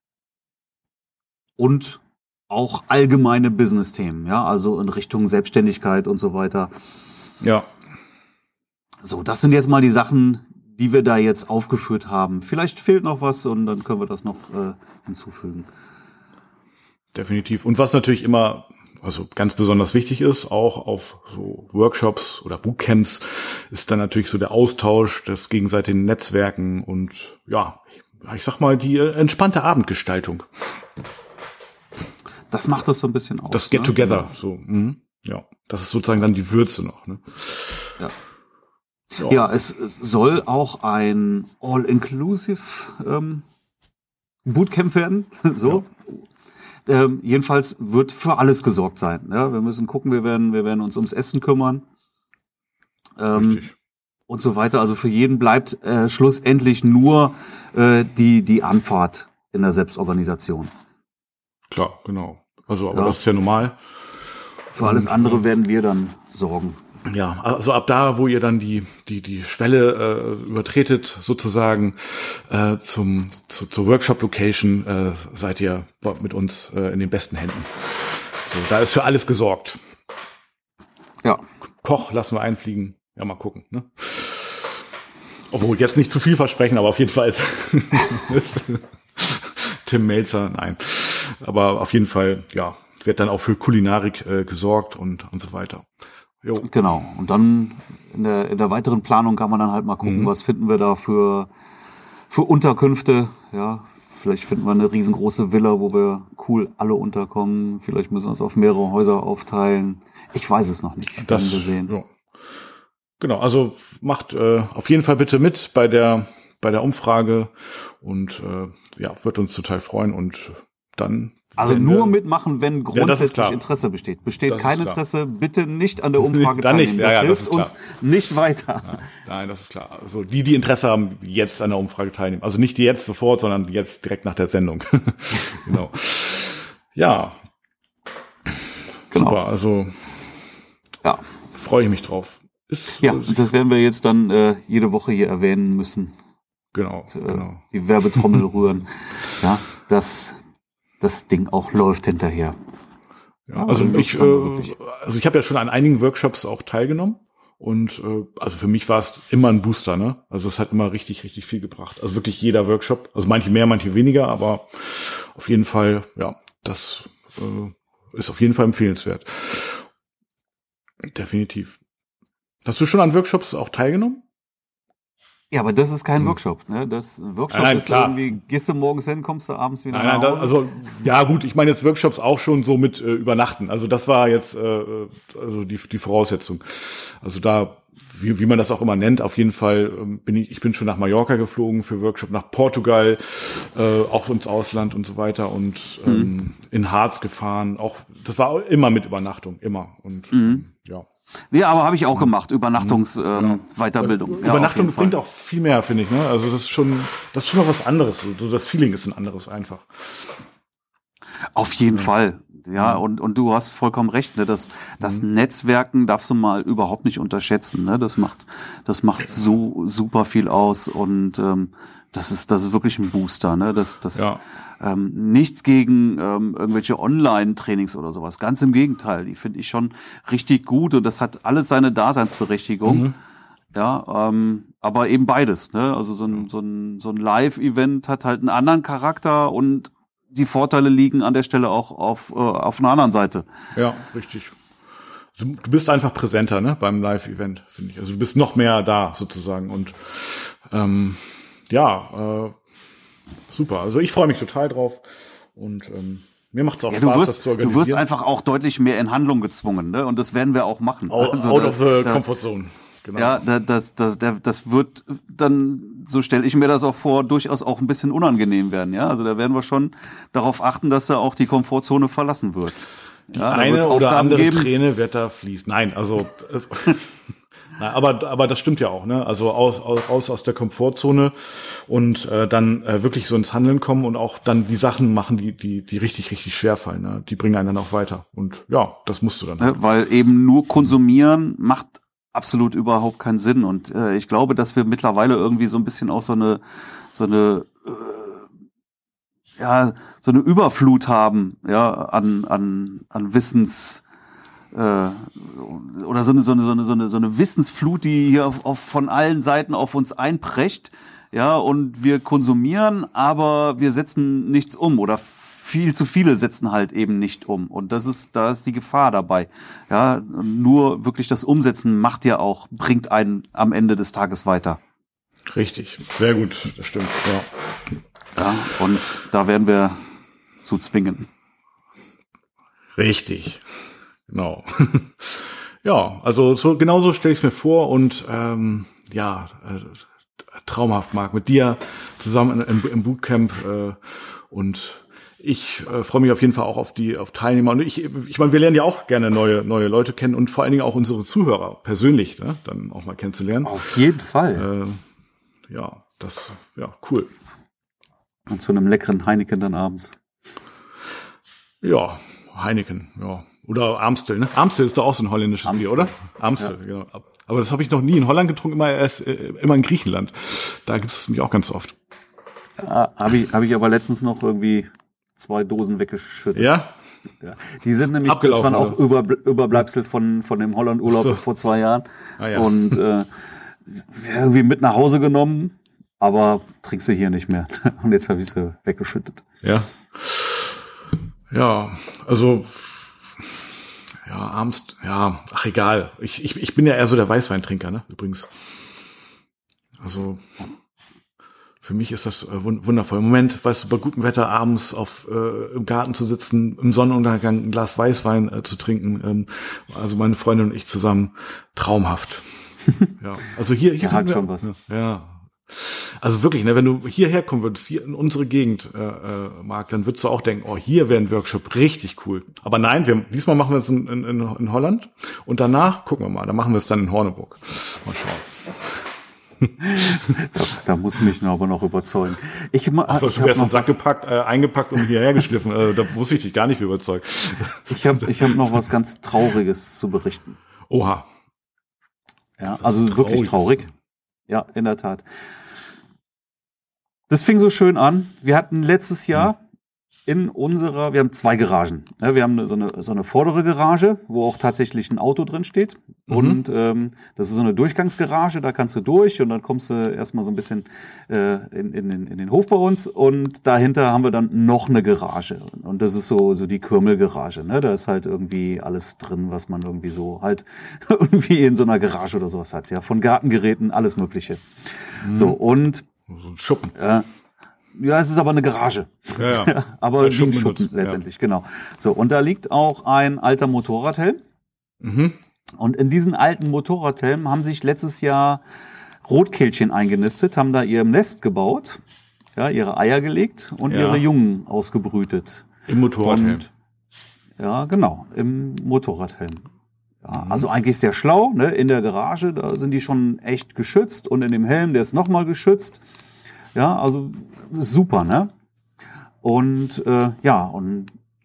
und auch allgemeine Business-Themen, ja, also in Richtung Selbstständigkeit und so weiter. Ja. So, das sind jetzt mal die Sachen, die wir da jetzt aufgeführt haben. Vielleicht fehlt noch was und dann können wir das noch hinzufügen. Definitiv. Und was natürlich immer, also ganz besonders wichtig ist, auch auf so Workshops oder Bootcamps, ist dann natürlich so der Austausch, das gegenseitige Netzwerken und ja, ich sag mal, die entspannte Abendgestaltung. Das macht das so ein bisschen aus. Das Get-Together, so. Ja, das ist sozusagen dann die Würze noch. Ne? Ja, es soll auch ein All-Inclusive Bootcamp werden. So. Ja. Jedenfalls wird für alles gesorgt sein. Ja? Wir müssen gucken, wir werden uns ums Essen kümmern. Richtig. Und so weiter. Also für jeden bleibt schlussendlich nur die Anfahrt in der Selbstorganisation. Klar, genau. Also, aber das ist ja normal. Für alles andere werden wir dann sorgen. Ja, also ab da, wo ihr dann die Schwelle übertretet, sozusagen zur Workshop-Location, seid ihr mit uns in den besten Händen. So, da ist für alles gesorgt. Ja. Koch lassen wir einfliegen. Ja, mal gucken. Ne? Obwohl, jetzt nicht zu viel versprechen, aber auf jeden Fall ist Tim Melzer, nein. Aber auf jeden Fall, ja, wird dann auch für Kulinarik gesorgt und so weiter. Jo. Genau. Und dann in der weiteren Planung kann man dann halt mal gucken, was finden wir da für Unterkünfte. Ja, vielleicht finden wir eine riesengroße Villa, wo wir cool alle unterkommen. Vielleicht müssen wir uns auf mehrere Häuser aufteilen. Ich weiß es noch nicht. Das wir sehen. Ja. Genau. Also macht auf jeden Fall bitte mit bei der Umfrage und wird uns total freuen und dann. Also nur mitmachen, wenn grundsätzlich Interesse besteht. Besteht kein Interesse, bitte nicht an der Umfrage teilnehmen. Das hilft uns nicht weiter. Nein, das ist klar. Also die Interesse haben, jetzt an der Umfrage teilnehmen. Also nicht die jetzt sofort, sondern jetzt direkt nach der Sendung. Genau. Ja. Genau. Super, also freue ich mich drauf. Das werden wir jetzt dann jede Woche hier erwähnen müssen. Genau. Die Werbetrommel rühren. Ja, das Ding auch läuft hinterher. Ja, also ich habe ja schon an einigen Workshops auch teilgenommen und also für mich war es immer ein Booster, ne? Also es hat immer richtig, richtig viel gebracht. Also wirklich jeder Workshop, also manche mehr, manche weniger, aber auf jeden Fall, ja, das ist auf jeden Fall empfehlenswert. Definitiv. Hast du schon an Workshops auch teilgenommen? Ja, aber das ist kein Workshop, ne? Das Workshop ist klar. Irgendwie, gehst du morgens hin, kommst du abends wieder nach Hause. Also, ja gut, ich meine jetzt Workshops auch schon so mit Übernachten. Also das war jetzt also die Voraussetzung. Also da, wie man das auch immer nennt, auf jeden Fall ich bin schon nach Mallorca geflogen für Workshop, nach Portugal, auch ins Ausland und so weiter und in Harz gefahren. Auch das war immer mit Übernachtung, immer. Und ja. Ja, aber habe ich auch gemacht, Weiterbildung. Ja, Übernachtung bringt auch viel mehr, finde ich. Ne? Also das ist schon noch was anderes. So das Feeling ist ein anderes einfach. Auf jeden Fall. Ja, und du hast vollkommen recht, ne? Das Netzwerken darfst du mal überhaupt nicht unterschätzen, ne? Das macht so super viel aus und das ist wirklich ein Booster, ne? Nichts gegen irgendwelche Online-Trainings oder sowas. Ganz im Gegenteil, die finde ich schon richtig gut und das hat alles seine Daseinsberechtigung. Ja, aber eben beides, ne? Also so ein Live-Event hat halt einen anderen Charakter und die Vorteile liegen an der Stelle auch auf einer anderen Seite. Ja, richtig. Du bist einfach präsenter, ne, beim Live-Event, finde ich. Also du bist noch mehr da sozusagen und super. Also ich freue mich total drauf und mir macht es auch Spaß, das zu organisieren. Du wirst einfach auch deutlich mehr in Handlung gezwungen, ne? Und das werden wir auch machen. Out of the comfort zone. Genau. Ja, das wird dann, so stelle ich mir das auch vor, durchaus auch ein bisschen unangenehm werden. Ja, also da werden wir schon darauf achten, dass da auch die Komfortzone verlassen wird. Die eine oder andere Träne wird da fließen. Nein, also nein, aber das stimmt ja auch, ne? Also aus der Komfortzone und dann wirklich so ins Handeln kommen und auch dann die Sachen machen, die richtig, richtig schwer fallen. Ne? Die bringen einen dann auch weiter. Und ja, das musst du dann halt. Weil eben nur konsumieren macht absolut überhaupt keinen Sinn. Und ich glaube, dass wir mittlerweile irgendwie so ein bisschen auch so eine Überflut haben, ja, an Wissens oder so eine Wissensflut, die hier von allen Seiten auf uns einprescht, ja, und wir konsumieren, aber wir setzen nichts um oder viel zu viele setzen halt eben nicht um und da ist die Gefahr dabei. Ja, nur wirklich das Umsetzen bringt einen am Ende des Tages weiter. Richtig, sehr gut, das stimmt, ja. Ja, und da werden wir zu zwingen. Richtig, genau. Ja, also genauso stelle ich es mir vor und traumhaft, Marc, mit dir zusammen im Bootcamp und ich freue mich auf jeden Fall auch auf Teilnehmer und ich meine, wir lernen ja auch gerne neue Leute kennen und vor allen Dingen auch unsere Zuhörer persönlich, ne, dann auch mal kennenzulernen. Auf jeden Fall. Cool. Und zu einem leckeren Heineken dann abends. Ja, Heineken, ja. Oder Amstel, ne? Amstel ist doch auch so ein holländisches Bier, oder? Amstel, ja. Genau. Aber das habe ich noch nie in Holland getrunken, immer in Griechenland. Da gibt es mich auch ganz oft. Ja, hab ich aber letztens noch irgendwie 2 Dosen weggeschüttet. Ja? Ja. Die sind nämlich, das waren auch Überbleibsel von dem Holland-Urlaub vor 2 Jahren. Ah, ja. Und irgendwie mit nach Hause genommen, aber trinkst du hier nicht mehr. Und jetzt habe ich sie weggeschüttet. Ja. Ja, also abends, ach egal. Ich bin ja eher so der Weißweintrinker, ne, übrigens. Also für mich ist das wundervoll. Im Moment, weißt du, bei gutem Wetter abends im Garten zu sitzen, im Sonnenuntergang ein Glas Weißwein zu trinken, also meine Freundin und ich zusammen, traumhaft. Ja, also hier hat schon was. Ja. Also wirklich, ne, wenn du hierher kommen würdest, hier in unsere Gegend, Marc, dann würdest du auch denken, oh, hier wäre ein Workshop richtig cool. Aber nein, diesmal machen wir es in Holland und danach gucken wir mal, dann machen wir es dann in Horneburg. Mal schauen. Da muss ich mich aber noch überzeugen. Du wärst einen Sack eingepackt und hierher geschliffen. Da muss ich dich gar nicht überzeugen. Ich hab noch was ganz Trauriges zu berichten. Oha. Ja, also wirklich traurig. Ja, in der Tat. Das fing so schön an. Wir hatten letztes Jahr wir haben 2 Garagen. Ja, wir haben so eine vordere Garage, wo auch tatsächlich ein Auto drin steht. Und das ist so eine Durchgangsgarage, da kannst du durch und dann kommst du erstmal so ein bisschen in den Hof bei uns. Und dahinter haben wir dann noch eine Garage. Und das ist so die Kürmelgarage. Ne? Da ist halt irgendwie alles drin, was man irgendwie so halt irgendwie in so einer Garage oder sowas hat. Ja, von Gartengeräten, alles Mögliche. So, und so ein Schuppen. Ja, es ist aber eine Garage. Ja. Aber wie ein Schuppen letztendlich, genau. So, und da liegt auch ein alter Motorradhelm. Mhm. Und in diesen alten Motorradhelmen haben sich letztes Jahr Rotkehlchen eingenistet, haben da ihr Nest gebaut, ja, ihre Eier gelegt und ihre Jungen ausgebrütet. Im Motorradhelm. Ja, genau, im Motorradhelm. Ja, also eigentlich sehr schlau, ne? In der Garage, da sind die schon echt geschützt und in dem Helm, der ist nochmal geschützt. Ja, also super, ne? Und und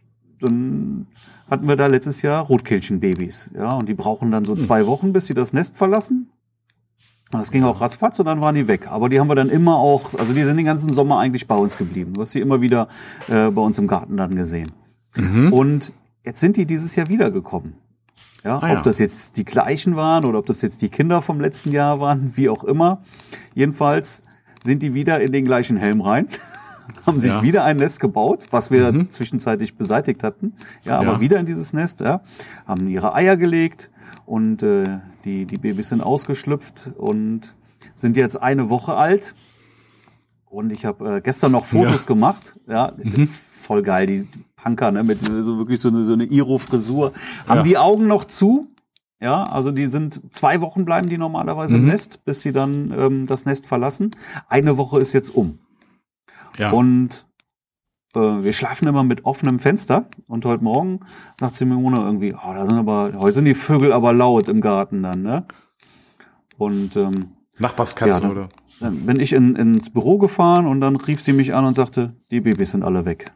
dann hatten wir da letztes Jahr Rotkehlchenbabys. Ja, und die brauchen dann so 2 Wochen, bis sie das Nest verlassen. Das ging auch ratzfatz und dann waren die weg. Aber die haben wir dann immer auch, also die sind den ganzen Sommer eigentlich bei uns geblieben. Du hast sie immer wieder bei uns im Garten dann gesehen. Und jetzt sind die dieses Jahr wiedergekommen. Ja, ob das jetzt die gleichen waren oder ob das jetzt die Kinder vom letzten Jahr waren, wie auch immer. Jedenfalls sind die wieder in den gleichen Helm rein, haben sich wieder ein Nest gebaut, was wir zwischenzeitlich beseitigt hatten. Ja, aber wieder in dieses Nest, haben ihre Eier gelegt und die Babys sind ausgeschlüpft und sind jetzt 1 Woche alt. Und ich habe gestern noch Fotos gemacht. Ja, voll geil, die Punker, ne, mit so wirklich so eine Iro-Frisur. Haben die Augen noch zu. Ja, also die sind 2 Wochen bleiben die normalerweise im Nest, bis sie dann das Nest verlassen. 1 Woche ist jetzt um. Ja. Und wir schlafen immer mit offenem Fenster. Und heute Morgen sagt Simone irgendwie, heute sind die Vögel aber laut im Garten dann, ne? Und Nachbarskatzen, oder? Dann bin ich ins Büro gefahren und dann rief sie mich an und sagte, die Babys sind alle weg.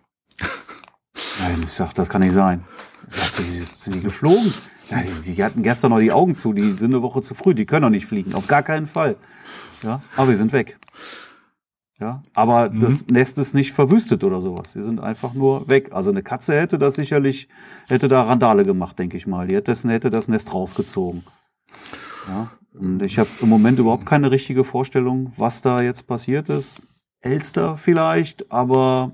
Nein, ich sag, das kann nicht sein. Sind die geflogen? Ja, die hatten gestern noch die Augen zu, die sind 1 Woche zu früh, die können doch nicht fliegen, auf gar keinen Fall. Ja, aber wir sind weg. Ja, aber das Nest ist nicht verwüstet oder sowas. Die sind einfach nur weg. Also eine Katze hätte da Randale gemacht, denke ich mal. Die hätte das Nest rausgezogen. Ja, und ich habe im Moment überhaupt keine richtige Vorstellung, was da jetzt passiert ist. Elster vielleicht, aber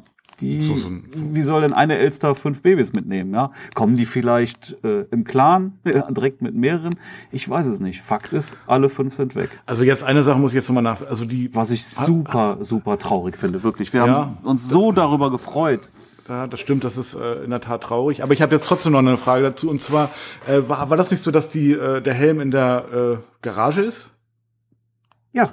wie soll denn eine Elster 5 Babys mitnehmen? Ja? Kommen die vielleicht im Clan, direkt mit mehreren? Ich weiß es nicht. Fakt ist, alle 5 sind weg. Also jetzt eine Sache muss ich jetzt nochmal was ich super, super traurig finde, wirklich. Wir haben uns so darüber gefreut. Ja, das stimmt, das ist in der Tat traurig. Aber ich habe jetzt trotzdem noch eine Frage dazu. Und zwar, war das nicht so, dass der Helm in der Garage ist? Ja.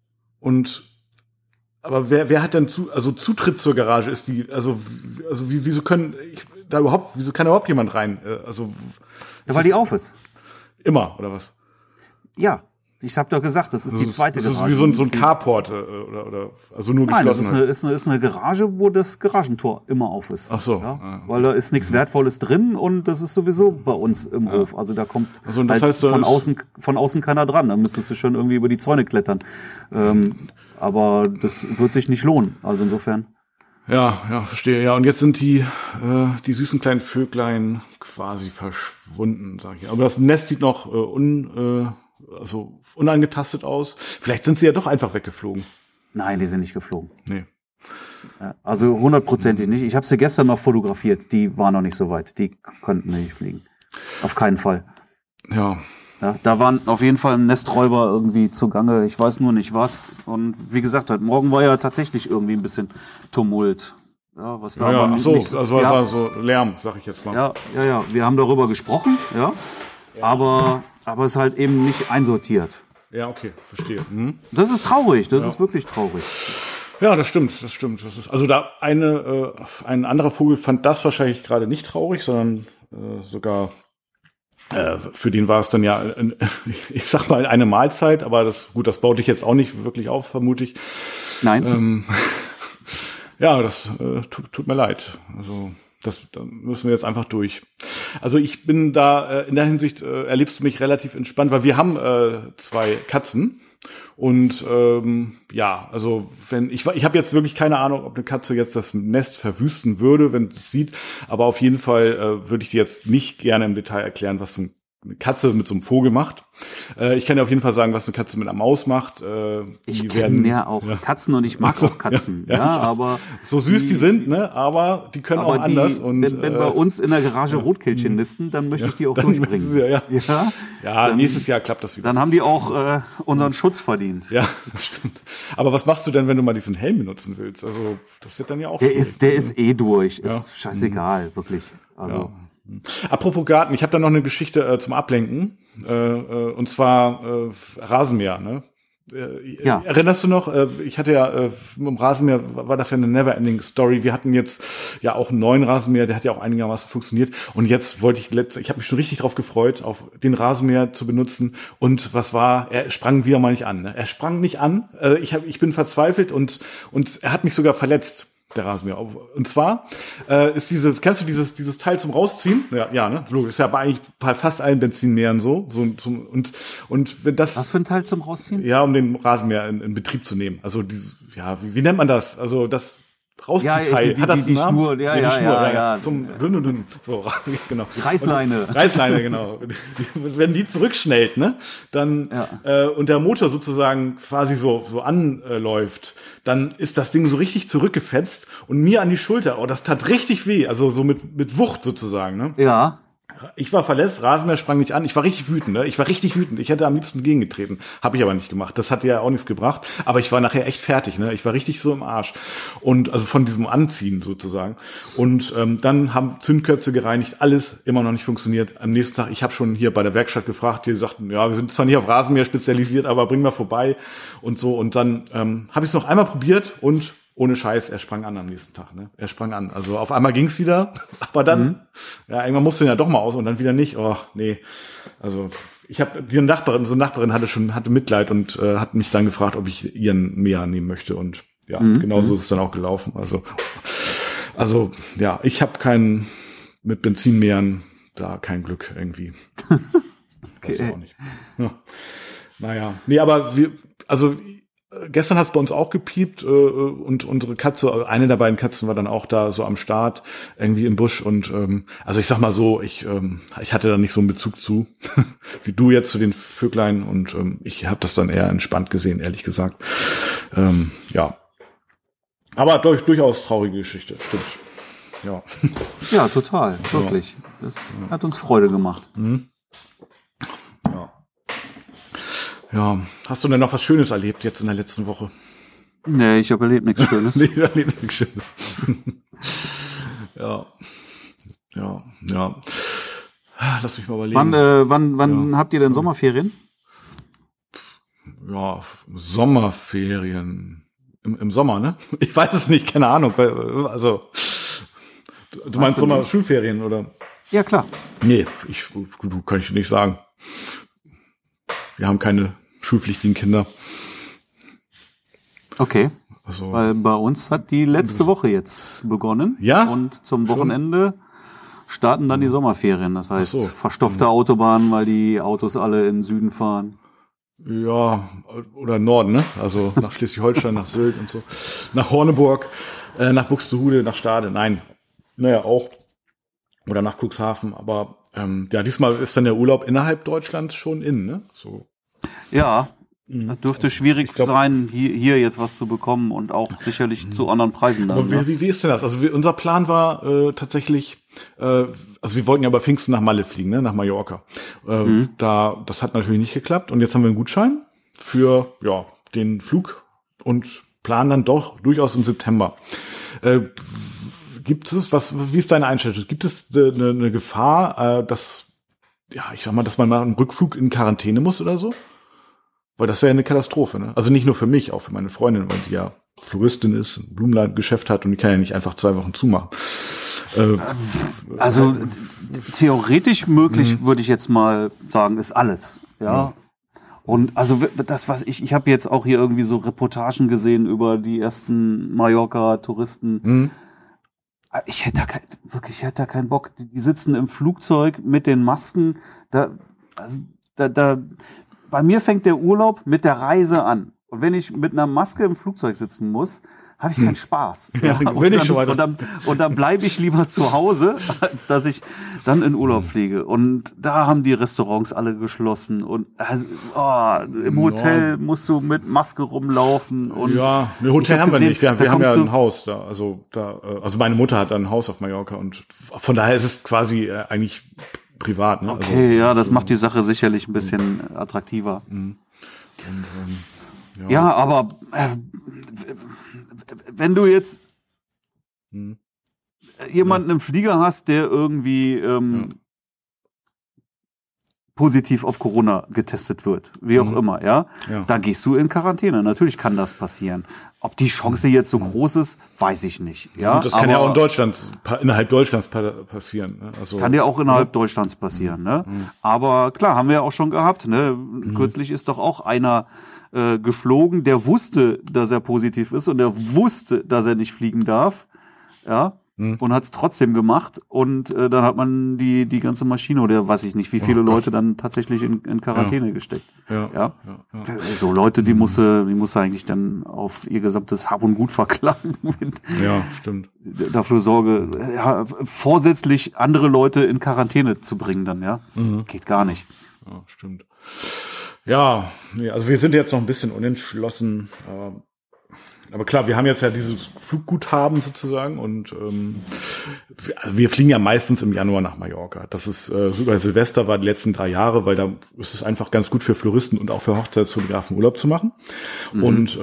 Aber wer hat denn Zutritt zur Garage? Ist wieso kann da überhaupt jemand rein? Weil die auf ist. Immer, oder was? Ja. Ich habe doch gesagt, das ist die zweite Garage. Das ist wie so ein Carport oder also nur geschlossen. Nein, das ist eine Garage, wo das Garagentor immer auf ist. Ach so. Ja? Weil da ist nichts Wertvolles drin und das ist sowieso bei uns im Hof. Also da kommt das heißt, von außen keiner dran. Da müsstest du schon irgendwie über die Zäune klettern. Aber das wird sich nicht lohnen. Also insofern. Ja, verstehe. Ja, und jetzt sind die süßen kleinen Vöglein quasi verschwunden, sag ich. Aber das Nest sieht noch unangetastet aus. Vielleicht sind sie ja doch einfach weggeflogen. Nein, die sind nicht geflogen. Nee. Ja, also 100%ig nicht. Ich habe sie gestern noch fotografiert. Die waren noch nicht so weit. Die konnten nicht fliegen. Auf keinen Fall. Ja. Ja, da waren auf jeden Fall Nesträuber irgendwie zugange. Ich weiß nur nicht was. Und wie gesagt, heute Morgen war ja tatsächlich irgendwie ein bisschen Tumult. Ja, was wir aber nicht war so Lärm, sag ich jetzt mal. Ja. Wir haben darüber gesprochen, ja. Aber es ist halt eben nicht einsortiert. Ja, okay, verstehe. Das ist traurig, das ist wirklich traurig. Ja, das stimmt. Das ist, also da ein anderer Vogel fand das wahrscheinlich gerade nicht traurig, sondern sogar für den war es dann ja, ich sag mal, eine Mahlzeit, aber das baut dich jetzt auch nicht wirklich auf, vermute ich. Nein. Ja, das tut mir leid. Also da müssen wir jetzt einfach durch. Also ich bin da, in der Hinsicht erlebst du mich relativ entspannt, weil wir haben 2 Katzen. Und also ich habe jetzt wirklich keine Ahnung, ob eine Katze jetzt das Nest verwüsten würde, wenn sie es sieht. Aber auf jeden Fall würde ich dir jetzt nicht gerne im Detail erklären, was eine Katze mit so einem Vogel macht. Ich kann dir auf jeden Fall sagen, was eine Katze mit einer Maus macht. Ich kenne ja auch Katzen und ich mag auch Katzen. Aber so süß die sind, ne? Aber die können auch anders. Und wenn bei uns in der Garage Rotkehlchen nisten, dann möchte ich die auch durchbringen. Ja, nächstes Jahr klappt das wieder. Dann haben die auch unseren Schutz verdient. Ja, das stimmt. Aber was machst du denn, wenn du mal diesen Helm benutzen willst? Also das wird dann ja auch. Der ist durch. Ist scheißegal, wirklich. Also. Ja. Apropos Garten, ich habe da noch eine Geschichte zum Ablenken, und zwar Rasenmäher. Ne? Erinnerst du noch, ich hatte ja mit dem Rasenmäher, war das ja eine Never-Ending Story. Wir hatten jetzt ja auch einen neuen Rasenmäher, der hat ja auch einigermaßen funktioniert. Und jetzt ich habe mich schon richtig drauf gefreut, auf den Rasenmäher zu benutzen. Und was war? Er sprang wieder mal nicht an. Ne? Er sprang nicht an. Ich bin verzweifelt und er hat mich sogar verletzt. der Rasenmäher. Und zwar ist kennst du dieses Teil zum Rausziehen? Ja, ne? Das ist ja eigentlich bei fast allen Benzinmähern so und wenn das. Was für ein Teil zum Rausziehen? Ja, um den Rasenmäher in Betrieb zu nehmen. Also wie nennt man das? Also das Rausziehteil. Hat das die Schnur? Ja. Zum dünn. So, genau. Die Reißleine. Reißleine, genau. Wenn die zurückschnellt, ne, dann und der Motor sozusagen quasi so anläuft, dann ist das Ding so richtig zurückgefetzt und mir an die Schulter. Oh, das tat richtig weh. Also so mit Wucht sozusagen, ne? Ja. Ich war verletzt, Rasenmäher sprang nicht an. Ich war richtig wütend, ne? Ich hätte am liebsten gegengetreten. Habe ich aber nicht gemacht. Das hat ja auch nichts gebracht. Aber ich war nachher echt fertig, ne? Ich war richtig so im Arsch. Und also von diesem Anziehen sozusagen. Und dann haben Zündköpfe gereinigt. Alles immer noch nicht funktioniert. Am nächsten Tag, ich habe schon hier bei der Werkstatt gefragt. Die sagten, ja, wir sind zwar nicht auf Rasenmäher spezialisiert, aber bring mal vorbei und so. Und dann habe ich es noch einmal probiert und ohne Scheiß, er sprang an am nächsten Tag, ne? Er sprang an. Also auf einmal ging's wieder, aber dann, irgendwann musste er ja doch mal aus und dann wieder nicht. Oh, nee. Also ich habe unsere Nachbarin hatte Mitleid und hat mich dann gefragt, ob ich ihren Mäher nehmen möchte. Und ja, genauso ist es dann auch gelaufen. Also ja, ich habe mit Benzinmähern da kein Glück irgendwie. Okay. Weiß auch nicht. Ja. Naja. Nee, aber gestern hat es bei uns auch gepiept und unsere Katze, eine der beiden Katzen war dann auch da so am Start, irgendwie im Busch und also ich sag mal so, ich hatte da nicht so einen Bezug zu, wie du jetzt zu den Vöglein und ich habe das dann eher entspannt gesehen, ehrlich gesagt. Ja. Aber durchaus traurige Geschichte, stimmt. Ja. Ja, total, wirklich. Das hat uns Freude gemacht. Mhm. Ja, hast du denn noch was Schönes erlebt jetzt in der letzten Woche? Nee, ich habe erlebt nichts Schönes. Nee, ich erlebt nichts Schönes. Ja. Lass mich mal überlegen. Wann habt ihr denn Sommerferien? Ja, Sommerferien. Im Sommer, ne? Ich weiß es nicht, keine Ahnung. Also, du meinst Sommer-Schulferien, oder? Ja, klar. Nee, kann ich nicht sagen. Wir haben keine schulpflichtigen Kinder. Okay. Also, weil bei uns hat die letzte Woche jetzt begonnen. Ja. Und zum Wochenende starten dann die Sommerferien. Das heißt, verstopfte Autobahnen, weil die Autos alle in den Süden fahren. Ja, oder Norden, ne? Also nach Schleswig-Holstein, nach Sylt und so. Nach Horneburg, nach Buxtehude, nach Stade. Nein. Naja, auch. Oder nach Cuxhaven. Aber diesmal ist dann der Urlaub innerhalb Deutschlands schon ne? So. Ja, das dürfte schwierig sein, hier jetzt was zu bekommen und auch sicherlich zu anderen Preisen. Dann, aber wie ist denn das? Also unser Plan war tatsächlich, also wir wollten ja bei Pfingsten nach Malle fliegen, ne? Nach Mallorca. Das hat natürlich nicht geklappt und jetzt haben wir einen Gutschein für den Flug und planen dann doch durchaus im September. Gibt es wie ist deine Einschätzung? Gibt es eine Gefahr, dass man mal einen Rückflug in Quarantäne muss oder so? Weil das wäre ja eine Katastrophe, ne? Also nicht nur für mich, auch für meine Freundin, weil die ja Floristin ist, ein Blumenladengeschäft hat und die kann ja nicht einfach 2 Wochen zumachen. Also theoretisch möglich, würde ich jetzt mal sagen, ist alles, ja. Und also das, was ich habe jetzt auch hier irgendwie so Reportagen gesehen über die ersten Mallorca-Touristen. Ich hätte da keinen Bock. Die sitzen im Flugzeug mit den Masken. Bei mir fängt der Urlaub mit der Reise an. Und wenn ich mit einer Maske im Flugzeug sitzen muss, habe ich keinen Spaß. Und dann bleibe ich lieber zu Hause, als dass ich dann in Urlaub fliege. Und da haben die Restaurants alle geschlossen. Und im Hotel musst du mit Maske rumlaufen. Und ein Hotel haben wir nicht. Wir haben ja ein Haus da. Also meine Mutter hat ein Haus auf Mallorca und von daher ist es quasi eigentlich privat. Ne? Okay, das macht die Sache sicherlich ein bisschen attraktiver. Ja, aber wenn du jetzt jemanden im Flieger hast, der irgendwie positiv auf Corona getestet wird, wie auch immer, dann gehst du in Quarantäne. Natürlich kann das passieren. Ob die Chance jetzt so groß ist, weiß ich nicht. Ja, und das kann ja auch innerhalb Deutschlands passieren. Ne? Also, kann ja auch innerhalb Deutschlands passieren. Ne? Aber klar, haben wir ja auch schon gehabt. Ne? Kürzlich ist doch auch einer geflogen, der wusste, dass er positiv ist und er wusste, dass er nicht fliegen darf, ja, und hat es trotzdem gemacht und dann hat man die ganze Maschine oder weiß ich nicht, wie viele Leute dann tatsächlich in Quarantäne gesteckt. Ja. So Leute, die muss eigentlich dann auf ihr gesamtes Hab und Gut verklagen. Ja, stimmt. Dafür Sorge, vorsätzlich andere Leute in Quarantäne zu bringen dann, ja. Geht gar nicht. Ja, stimmt. Ja, nee, also wir sind jetzt noch ein bisschen unentschlossen. Aber klar, wir haben jetzt ja dieses Flugguthaben sozusagen und wir fliegen ja meistens im Januar nach Mallorca. Das ist so über Silvester war die letzten 3 Jahre, weil da ist es einfach ganz gut für Floristen und auch für Hochzeitsfotografen Urlaub zu machen. Und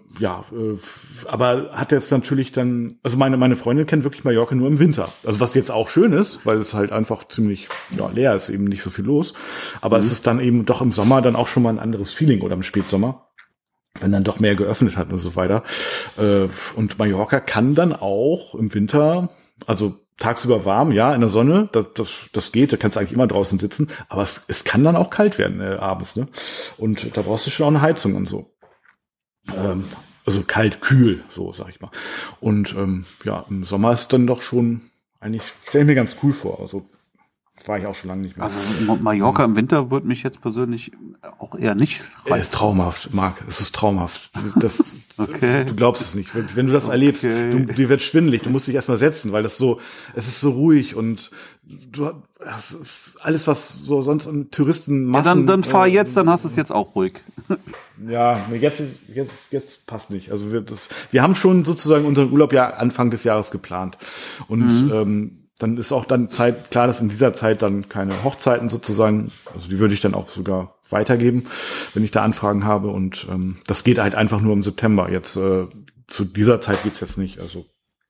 aber hat jetzt natürlich dann, also meine Freundin kennt wirklich Mallorca nur im Winter. Also was jetzt auch schön ist, weil es halt einfach ziemlich leer ist, eben nicht so viel los. Aber es ist dann eben doch im Sommer dann auch schon mal ein anderes Feeling oder im Spätsommer, wenn dann doch mehr geöffnet hat und so weiter. Und Mallorca kann dann auch im Winter, also tagsüber warm, ja, in der Sonne, das geht, da kannst du eigentlich immer draußen sitzen, aber es kann dann auch kalt werden abends, ne? Und da brauchst du schon auch eine Heizung und so. Also kalt, kühl, so sag ich mal. Und im Sommer ist dann doch schon, eigentlich stelle ich mir ganz cool vor, also war ich auch schon lange nicht mehr. Also Mallorca im Winter würde mich jetzt persönlich auch eher nicht reizen. Es ist traumhaft, Marc. Es ist traumhaft. Okay. Du glaubst es nicht. Wenn du das erlebst, dir wird schwindelig. Du musst dich erstmal setzen, weil es ist so ruhig und das ist alles, was so sonst an Touristenmassen. Ja, dann fahr jetzt, dann hast du es jetzt auch ruhig. Ja, jetzt passt nicht. Also wir haben schon sozusagen unseren Urlaub ja Anfang des Jahres geplant und dann ist auch dann klar, dass in dieser Zeit dann keine Hochzeiten sozusagen, also die würde ich dann auch sogar weitergeben, wenn ich da Anfragen habe. Und das geht halt einfach nur im September. Jetzt zu dieser Zeit geht's jetzt nicht. Also,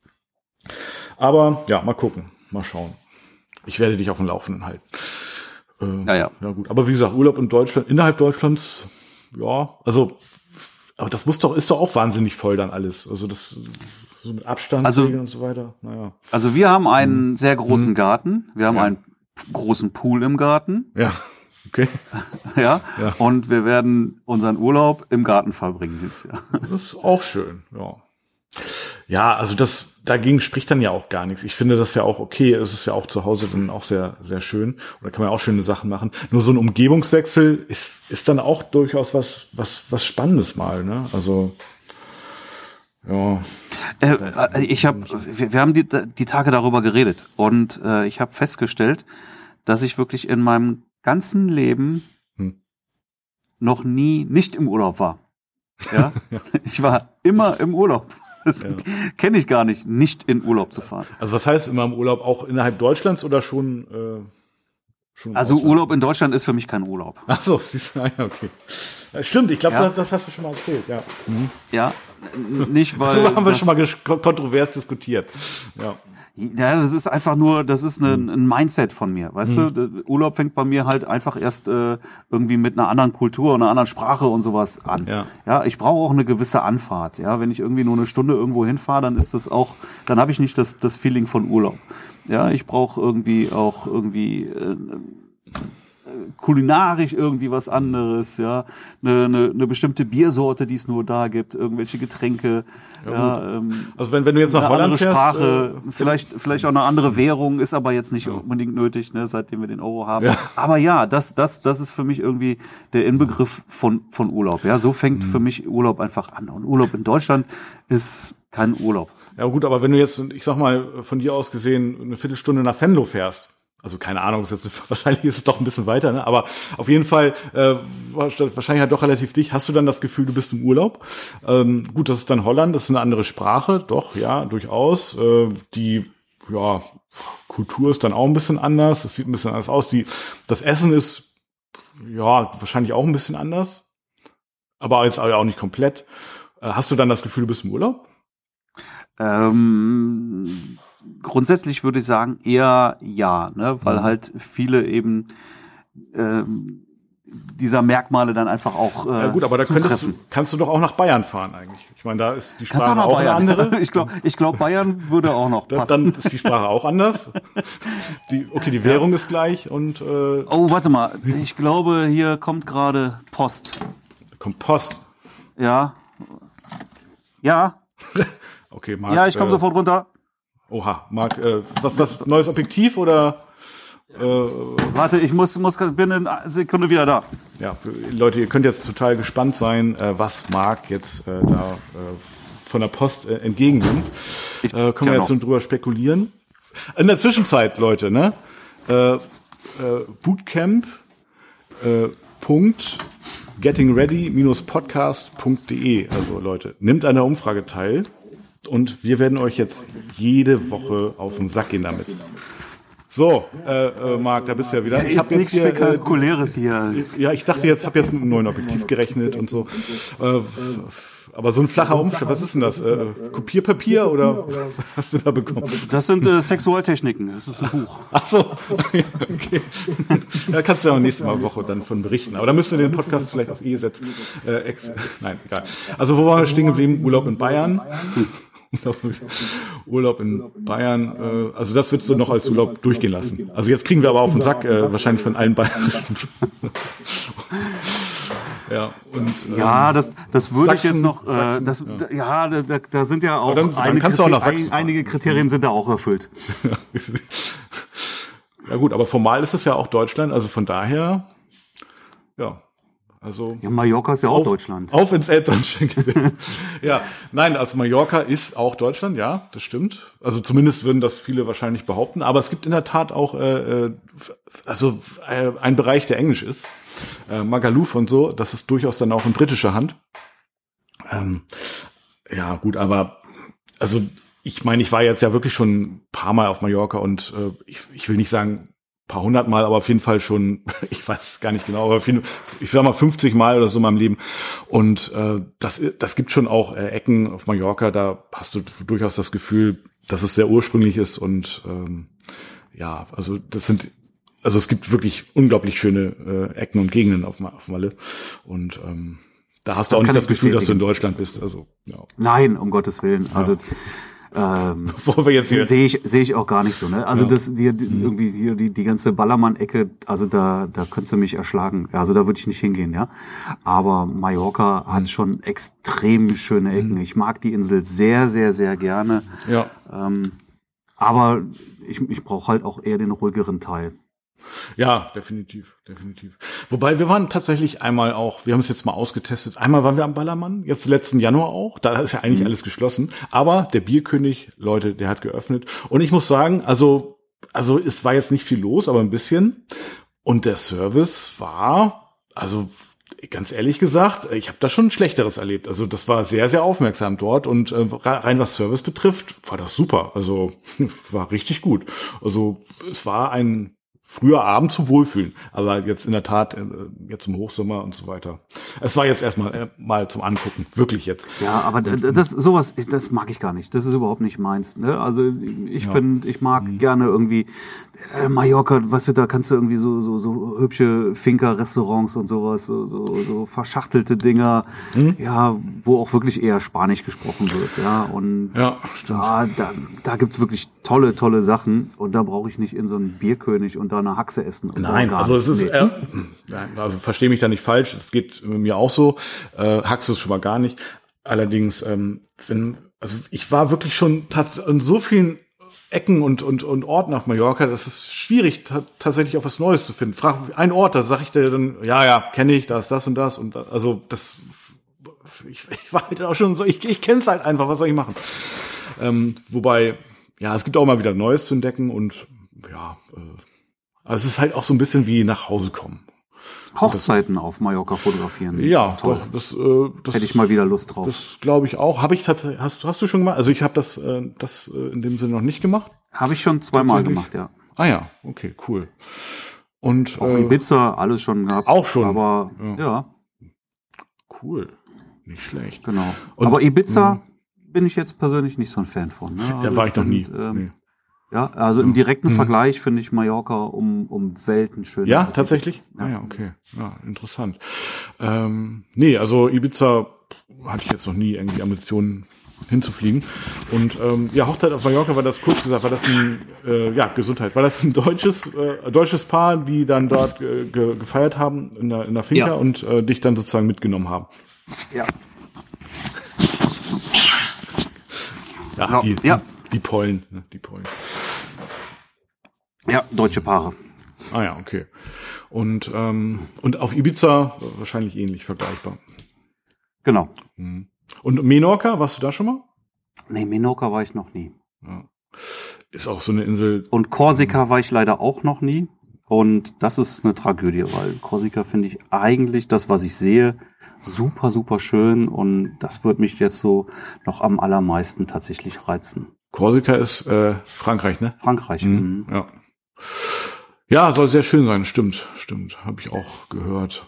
aber ja, mal gucken, mal schauen. Ich werde dich auf dem Laufenden halten. Ja, gut. Aber wie gesagt, Urlaub in Deutschland, innerhalb Deutschlands, ja, also, aber das ist doch auch wahnsinnig voll dann alles. Also das so mit Abstandsregeln und so weiter. Naja. Also wir haben einen sehr großen Garten. Wir haben einen großen Pool im Garten. Ja, okay. Ja, und wir werden unseren Urlaub im Garten verbringen dieses Jahr. Das ist auch schön, ja. Ja, also dagegen spricht dann ja auch gar nichts. Ich finde das ja auch okay. Es ist ja auch zu Hause dann auch sehr, sehr schön. Und da kann man auch schöne Sachen machen. Nur so ein Umgebungswechsel ist dann auch durchaus was Spannendes mal, ne? Also, ja. Wir haben die Tage darüber geredet und ich habe festgestellt, dass ich wirklich in meinem ganzen Leben noch nie nicht im Urlaub war. Ja? Ich war immer im Urlaub. Das kenne ich gar nicht in Urlaub zu fahren. Also was heißt immer im Urlaub? Auch innerhalb Deutschlands oder schon also Urlaub in Deutschland ist für mich kein Urlaub. Ach so, siehst du, okay. Stimmt, ich glaube, das hast du schon mal erzählt, ja. Ja, nicht weil... Darüber haben wir schon mal kontrovers diskutiert, ja. Ja, das ist einfach nur, das ist ein Mindset von mir, weißt du? Urlaub fängt bei mir halt einfach erst irgendwie mit einer anderen Kultur, einer anderen Sprache und sowas an. Ja, ich brauche auch eine gewisse Anfahrt. Ja, wenn ich irgendwie nur eine Stunde irgendwo hinfahre, dann ist das auch, dann habe ich nicht das Feeling von Urlaub. Ja, ich brauche irgendwie kulinarisch irgendwie was anderes, ja, eine bestimmte Biersorte, die es nur da gibt, irgendwelche Getränke, also wenn du jetzt nach Holland fährst, Sprache, vielleicht auch eine andere Währung, ist aber jetzt nicht unbedingt nötig, ne, seitdem wir den Euro haben. Ja. Aber ja, das ist für mich irgendwie der Inbegriff von Urlaub. Ja, so fängt für mich Urlaub einfach an. Und Urlaub in Deutschland ist kein Urlaub. Ja gut, aber wenn du jetzt, ich sag mal, von dir aus gesehen eine Viertelstunde nach Venlo fährst, also keine Ahnung, wahrscheinlich ist es doch ein bisschen weiter, ne? Aber auf jeden Fall wahrscheinlich halt doch relativ dicht. Hast du dann das Gefühl, du bist im Urlaub? Gut, das ist dann Holland, das ist eine andere Sprache, doch, ja, durchaus. Die Kultur ist dann auch ein bisschen anders, das sieht ein bisschen anders aus. Das Essen ist wahrscheinlich auch ein bisschen anders, aber jetzt auch nicht komplett. Hast du dann das Gefühl, du bist im Urlaub? Grundsätzlich würde ich sagen eher ja, ne, weil halt viele eben dieser Merkmale dann einfach auch ja gut, aber da kannst du doch auch nach Bayern fahren eigentlich. Ich meine, da ist die Sprache auch eine andere. Ich glaube, Bayern würde auch noch passen. Dann ist die Sprache auch anders. Die Währung ist gleich und oh, warte mal, ich glaube, hier kommt gerade Post. Kommt Post. Ja. Ja. Okay, Marc. Ja, ich komme sofort runter. Oha, Marc, was neues Objektiv oder? Warte, bin in einer Sekunde wieder da. Ja, Leute, ihr könnt jetzt total gespannt sein, was Marc jetzt da von der Post entgegennimmt. Können wir jetzt schon drüber spekulieren. In der Zwischenzeit, Leute, ne? Bootcamp .gettingready-podcast.de. Also Leute, nimmt an der Umfrage teil und wir werden euch jetzt jede Woche auf den Sack gehen damit. So, Marc, da bist du ja wieder. Ich habe jetzt nichts Spektakuläres hier. Ja, ich dachte jetzt, habe jetzt mit einem neuen Objektiv gerechnet und so. Aber so ein flacher Umschlag, was ist denn das? Kopierpapier oder was hast du da bekommen? Das sind Sexualtechniken. Das ist ein Buch. Ach so, okay. Da kannst du ja auch nächste Woche dann von berichten. Aber da müssen wir den Podcast vielleicht auf Ehe setzen. Nein, egal. Also wo waren wir stehen geblieben? Urlaub in Bayern. Urlaub in Bayern, also das würdest du noch als Urlaub durchgehen lassen. Also jetzt kriegen wir aber auf den Sack, wahrscheinlich von allen Bayern. Ja, und ja, das würde ich jetzt noch, Sachsen. Da sind ja auch, dann kannst du auch nach Sachsen einige Kriterien sind da auch erfüllt. Ja gut, aber formal ist es ja auch Deutschland, also von daher, ja. Also ja, Mallorca ist ja auch Deutschland. Auf ins Elbdeutschland. Ja, nein, also Mallorca ist auch Deutschland, ja, das stimmt. Also zumindest würden das viele wahrscheinlich behaupten. Aber es gibt in der Tat auch einen Bereich, der Englisch ist. Magaluf und so, das ist durchaus dann auch in britischer Hand. Ja, gut, aber also ich meine, ich war jetzt ja wirklich schon ein paar Mal auf Mallorca und ich will nicht sagen paar 100 Mal, aber auf jeden Fall schon, ich weiß gar nicht genau, aber ich sag mal 50 Mal oder so in meinem Leben. Und das gibt schon auch Ecken auf Mallorca, da hast du durchaus das Gefühl, dass es sehr ursprünglich ist und ja, also es gibt wirklich unglaublich schöne Ecken und Gegenden auf Malle. Und da hast du auch nicht das Gefühl, dass du in Deutschland bist. Also ja. Nein, um Gottes Willen. Also Bevor wir jetzt hier sehe ich auch gar nicht so, ne? Also irgendwie hier die ganze Ballermann-Ecke, also da könntest du mich erschlagen. Also da würde ich nicht hingehen, ja. Aber Mallorca hat schon extrem schöne Ecken. Ich mag die Insel sehr, sehr, sehr gerne. Ja. Aber ich brauche halt auch eher den ruhigeren Teil. Ja, definitiv. Wobei wir waren tatsächlich einmal auch, wir haben es jetzt mal ausgetestet, einmal waren wir am Ballermann, jetzt letzten Januar auch, da ist ja eigentlich alles geschlossen, aber der Bierkönig, Leute, der hat geöffnet und ich muss sagen, also es war jetzt nicht viel los, aber ein bisschen und der Service war, also ganz ehrlich gesagt, ich habe da schon Schlechteres erlebt, also das war sehr, sehr aufmerksam dort und rein was Service betrifft, war das super, also war richtig gut, also es war ein früher Abend zum Wohlfühlen, aber jetzt in der Tat jetzt im Hochsommer und so weiter. Es war jetzt erstmal mal zum Angucken, wirklich jetzt. Ja, aber das mag ich gar nicht. Das ist überhaupt nicht meins. Ne? Also ich mag gerne irgendwie Mallorca, weißt du, da kannst du irgendwie so hübsche Finca-Restaurants und sowas, so verschachtelte Dinger, ja, wo auch wirklich eher Spanisch gesprochen wird, ja. Und da gibt's wirklich tolle Sachen und da brauche ich nicht in so einen Bierkönig und da eine Haxe essen. Nein, also es ist, also verstehe mich da nicht falsch, es geht mir auch so, Haxe ist schon mal gar nicht. Allerdings, ich war wirklich schon in so vielen Ecken und Orten auf Mallorca, das ist schwierig, tatsächlich auch was Neues zu finden. Frag einen Ort, da sag ich dir dann, ja, kenne ich, da ist das und das und also das, ich war halt auch schon so, ich kenn's halt einfach, was soll ich machen? Wobei, ja, es gibt auch mal wieder Neues zu entdecken und ja, also es ist halt auch so ein bisschen wie nach Hause kommen. Hochzeiten auf Mallorca fotografieren. Ja, doch, das hätte ich mal wieder Lust drauf. Das glaube ich auch. Habe ich tatsächlich, hast du schon gemacht? Also ich habe das in dem Sinne noch nicht gemacht. Habe ich schon zweimal gemacht, ja. Ah ja, okay, cool. Und auch Ibiza, alles schon gehabt. Auch schon. Aber ja. Cool. Nicht schlecht. Genau. Und, aber Ibiza bin ich jetzt persönlich nicht so ein Fan von. Ne? Also da war ich noch nie. Nee. Ja, also im direkten Vergleich finde ich Mallorca um Welten schöner. Ja, tatsächlich? Ja. Ah ja, okay. Ja, interessant. Nee, also Ibiza hatte ich jetzt noch nie irgendwie Ambitionen hinzufliegen. Und Hochzeit auf Mallorca war das, kurz gesagt, war das ein Gesundheit. War das ein deutsches Paar, die dann dort gefeiert haben in der Finca und dich dann sozusagen mitgenommen haben? Ja. Ach, So, ja. Die Pollen. Ne? Die Pollen. Ja, deutsche Paare. Ah ja, okay. Und auf Ibiza wahrscheinlich ähnlich vergleichbar. Genau. Und Menorca, warst du da schon mal? Nee, Menorca war ich noch nie. Ja. Ist auch so eine Insel. Und Korsika war ich leider auch noch nie. Und das ist eine Tragödie, weil Korsika finde ich eigentlich das, was ich sehe, super, super schön. Und das wird mich jetzt so noch am allermeisten tatsächlich reizen. Korsika ist Frankreich, ne? Frankreich. Ja. Ja, soll sehr schön sein, stimmt. Habe ich auch gehört.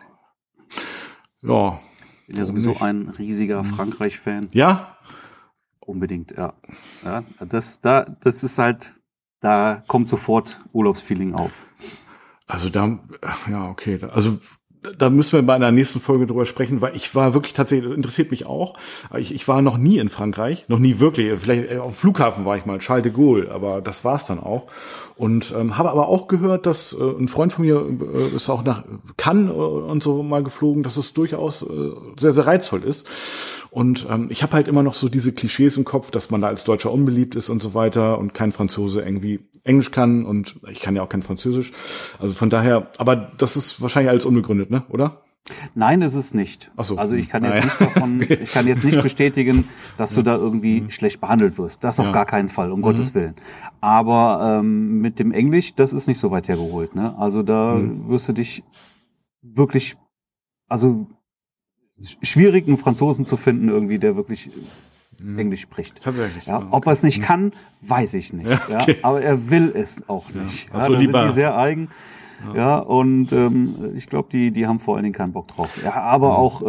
Ja. Ich bin ja sowieso ein riesiger Frankreich-Fan. Ja? Unbedingt, ja. Ja, das ist halt, da kommt sofort Urlaubsfeeling auf. Also okay. Also da müssen wir bei einer nächsten Folge drüber sprechen, weil ich war wirklich tatsächlich, das interessiert mich auch. Ich war noch nie in Frankreich, noch nie wirklich. Vielleicht auf dem Flughafen war ich mal, Charles de Gaulle, aber das war's dann auch. Und habe aber auch gehört, dass ein Freund von mir ist auch nach Cannes und so mal geflogen, dass es durchaus sehr, sehr reizvoll ist. Und ich habe halt immer noch so diese Klischees im Kopf, dass man da als Deutscher unbeliebt ist und so weiter und kein Franzose irgendwie Englisch kann und ich kann ja auch kein Französisch. Also von daher, aber das ist wahrscheinlich alles unbegründet, ne? Oder? Nein, ist es nicht. Ach so. Also ich kann jetzt nicht bestätigen, dass du da irgendwie schlecht behandelt wirst. Das auf gar keinen Fall, um Gottes Willen. Aber mit dem Englisch, das ist nicht so weit hergeholt, ne? Also da wirst du dich wirklich, also schwierig, einen Franzosen zu finden irgendwie, der wirklich Englisch spricht. Tatsächlich. Ja, ob er es nicht kann, weiß ich nicht. Ja, okay. Ja, aber er will es auch nicht. Also da lieber sind die sehr eigen. Ja, und ich glaube, die haben vor allen Dingen keinen Bock drauf. Ja, aber auch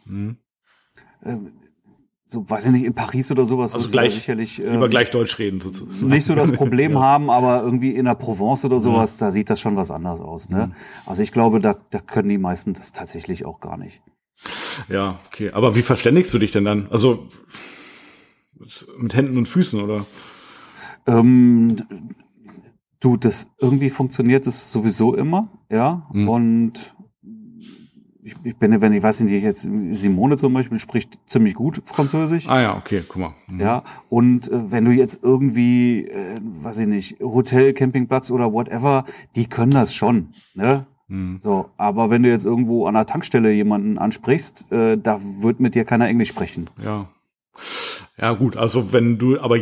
so, weiß ich nicht, in Paris oder sowas, also wirst gleich, du sicherlich lieber gleich Deutsch reden sozusagen. nicht so das Problem haben, aber irgendwie in der Provence oder sowas, da sieht das schon was anders aus. Ne? Also ich glaube, da können die meisten das tatsächlich auch gar nicht. Ja, okay. Aber wie verständigst du dich denn dann? Also mit Händen und Füßen, oder? Du, das irgendwie funktioniert es sowieso immer, ja. Und ich weiß nicht, jetzt Simone zum Beispiel spricht ziemlich gut Französisch. Ah ja, okay, guck mal. Ja, und wenn du jetzt irgendwie, weiß ich nicht, Hotel, Campingplatz oder whatever, die können das schon, ne? So, aber wenn du jetzt irgendwo an der Tankstelle jemanden ansprichst, da wird mit dir keiner Englisch sprechen. Ja. Ja, gut, also wenn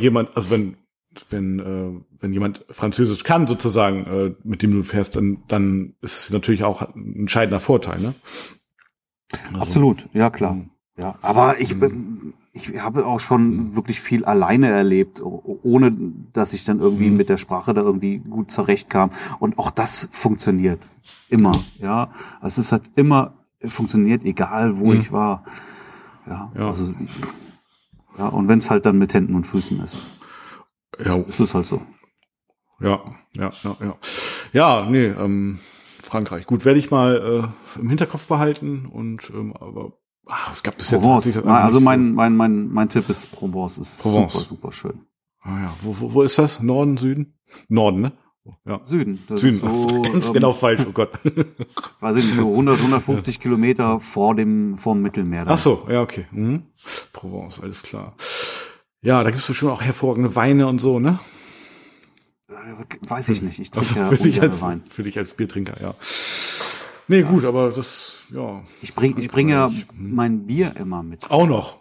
jemand Französisch kann, sozusagen, mit dem du fährst, dann ist es natürlich auch ein entscheidender Vorteil, ne? Also, absolut, ja klar. Ja, aber ich habe auch schon wirklich viel alleine erlebt, ohne dass ich dann irgendwie mit der Sprache da irgendwie gut zurechtkam. Und auch das funktioniert immer, ja. Es ist halt immer funktioniert, egal wo ich war. Ja, also ja, und wenn es halt dann mit Händen und Füßen ist. Ja. Das ist halt so. Ja. Ja, nee, Frankreich. Gut, werde ich mal im Hinterkopf behalten und aber es gab bis Provence. Jetzt also mein Tipp ist Provence ist super schön. Ah ja, wo ist das? Norden, Süden? Norden, ne? Ja. Süden. Das Süden. ist so, ganz genau falsch, oh Gott. Weiß ich nicht, so 150 Kilometer vorm Mittelmeer. Ach so, ja, okay. Provence, alles klar. Ja, da gibt's bestimmt auch hervorragende Weine und so, ne? Weiß ich nicht. Ich trinke also Wein. Für dich als Biertrinker, ja. Nee, gut, aber das, ja. Ich bringe ja mein Bier immer mit. Auch noch.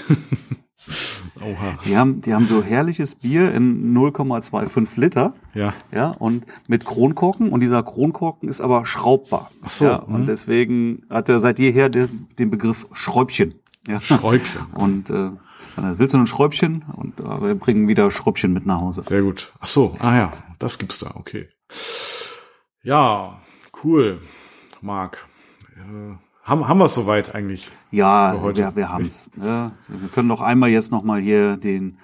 Oha. Die haben so herrliches Bier in 0,25 Liter. Ja. Ja, und mit Kronkorken. Und dieser Kronkorken ist aber schraubbar. Ach so. Ja, und deswegen hat er seit jeher den Begriff Schräubchen. Ja. Schräubchen. Und dann willst du ein Schräubchen und wir bringen wieder Schräubchen mit nach Hause. Sehr gut. Ach so, ja, das gibt's da, okay. Ja, cool, Marc. Haben wir es soweit eigentlich? Ja, wir haben es. Ne? Wir können doch einmal jetzt nochmal hier den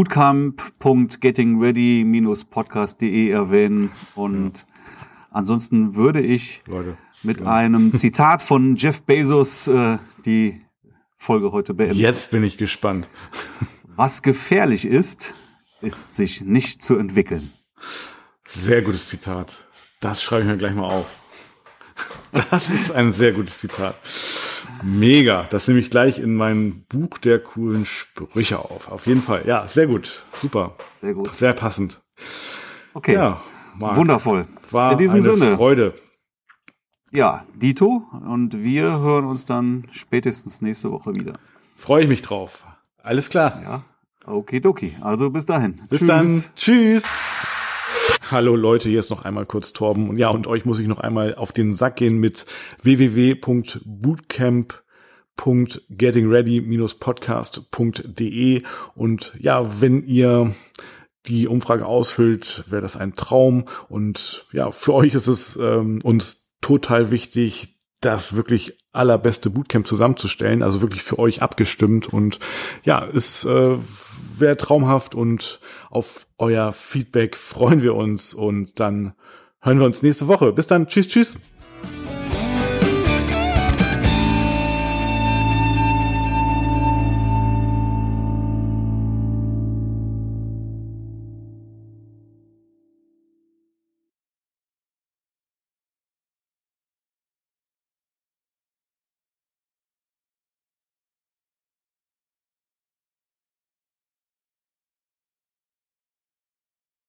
bootcamp.gettingready-podcast.de erwähnen und ansonsten würde ich mit einem Zitat von Jeff Bezos die Folge heute beenden. Jetzt bin ich gespannt. Was gefährlich ist sich nicht zu entwickeln. Sehr gutes Zitat. Das schreibe ich mir gleich mal auf. Das ist ein sehr gutes Zitat. Mega. Das nehme ich gleich in mein Buch der coolen Sprüche auf. Auf jeden Fall. Ja, sehr gut. Super. Sehr gut. Sehr passend. Okay. Ja, Marc, wundervoll. War in diesem eine Sinne. Freude. Ja, Dito. Und wir hören uns dann spätestens nächste Woche wieder. Freue ich mich drauf. Alles klar. Ja. Okidoki. Also bis dahin. Bis dann. Tschüss. Hallo Leute, hier ist noch einmal kurz Torben. Und ja, und euch muss ich noch einmal auf den Sack gehen mit www.bootcamp.gettingready-podcast.de. Und ja, wenn ihr die Umfrage ausfüllt, wäre das ein Traum. Und ja, für euch ist es uns total wichtig, das wirklich allerbeste Bootcamp zusammenzustellen, also wirklich für euch abgestimmt. Und ja, es wäre traumhaft und auf euer Feedback freuen wir uns. Und dann hören wir uns nächste Woche. Bis dann. Tschüss, tschüss.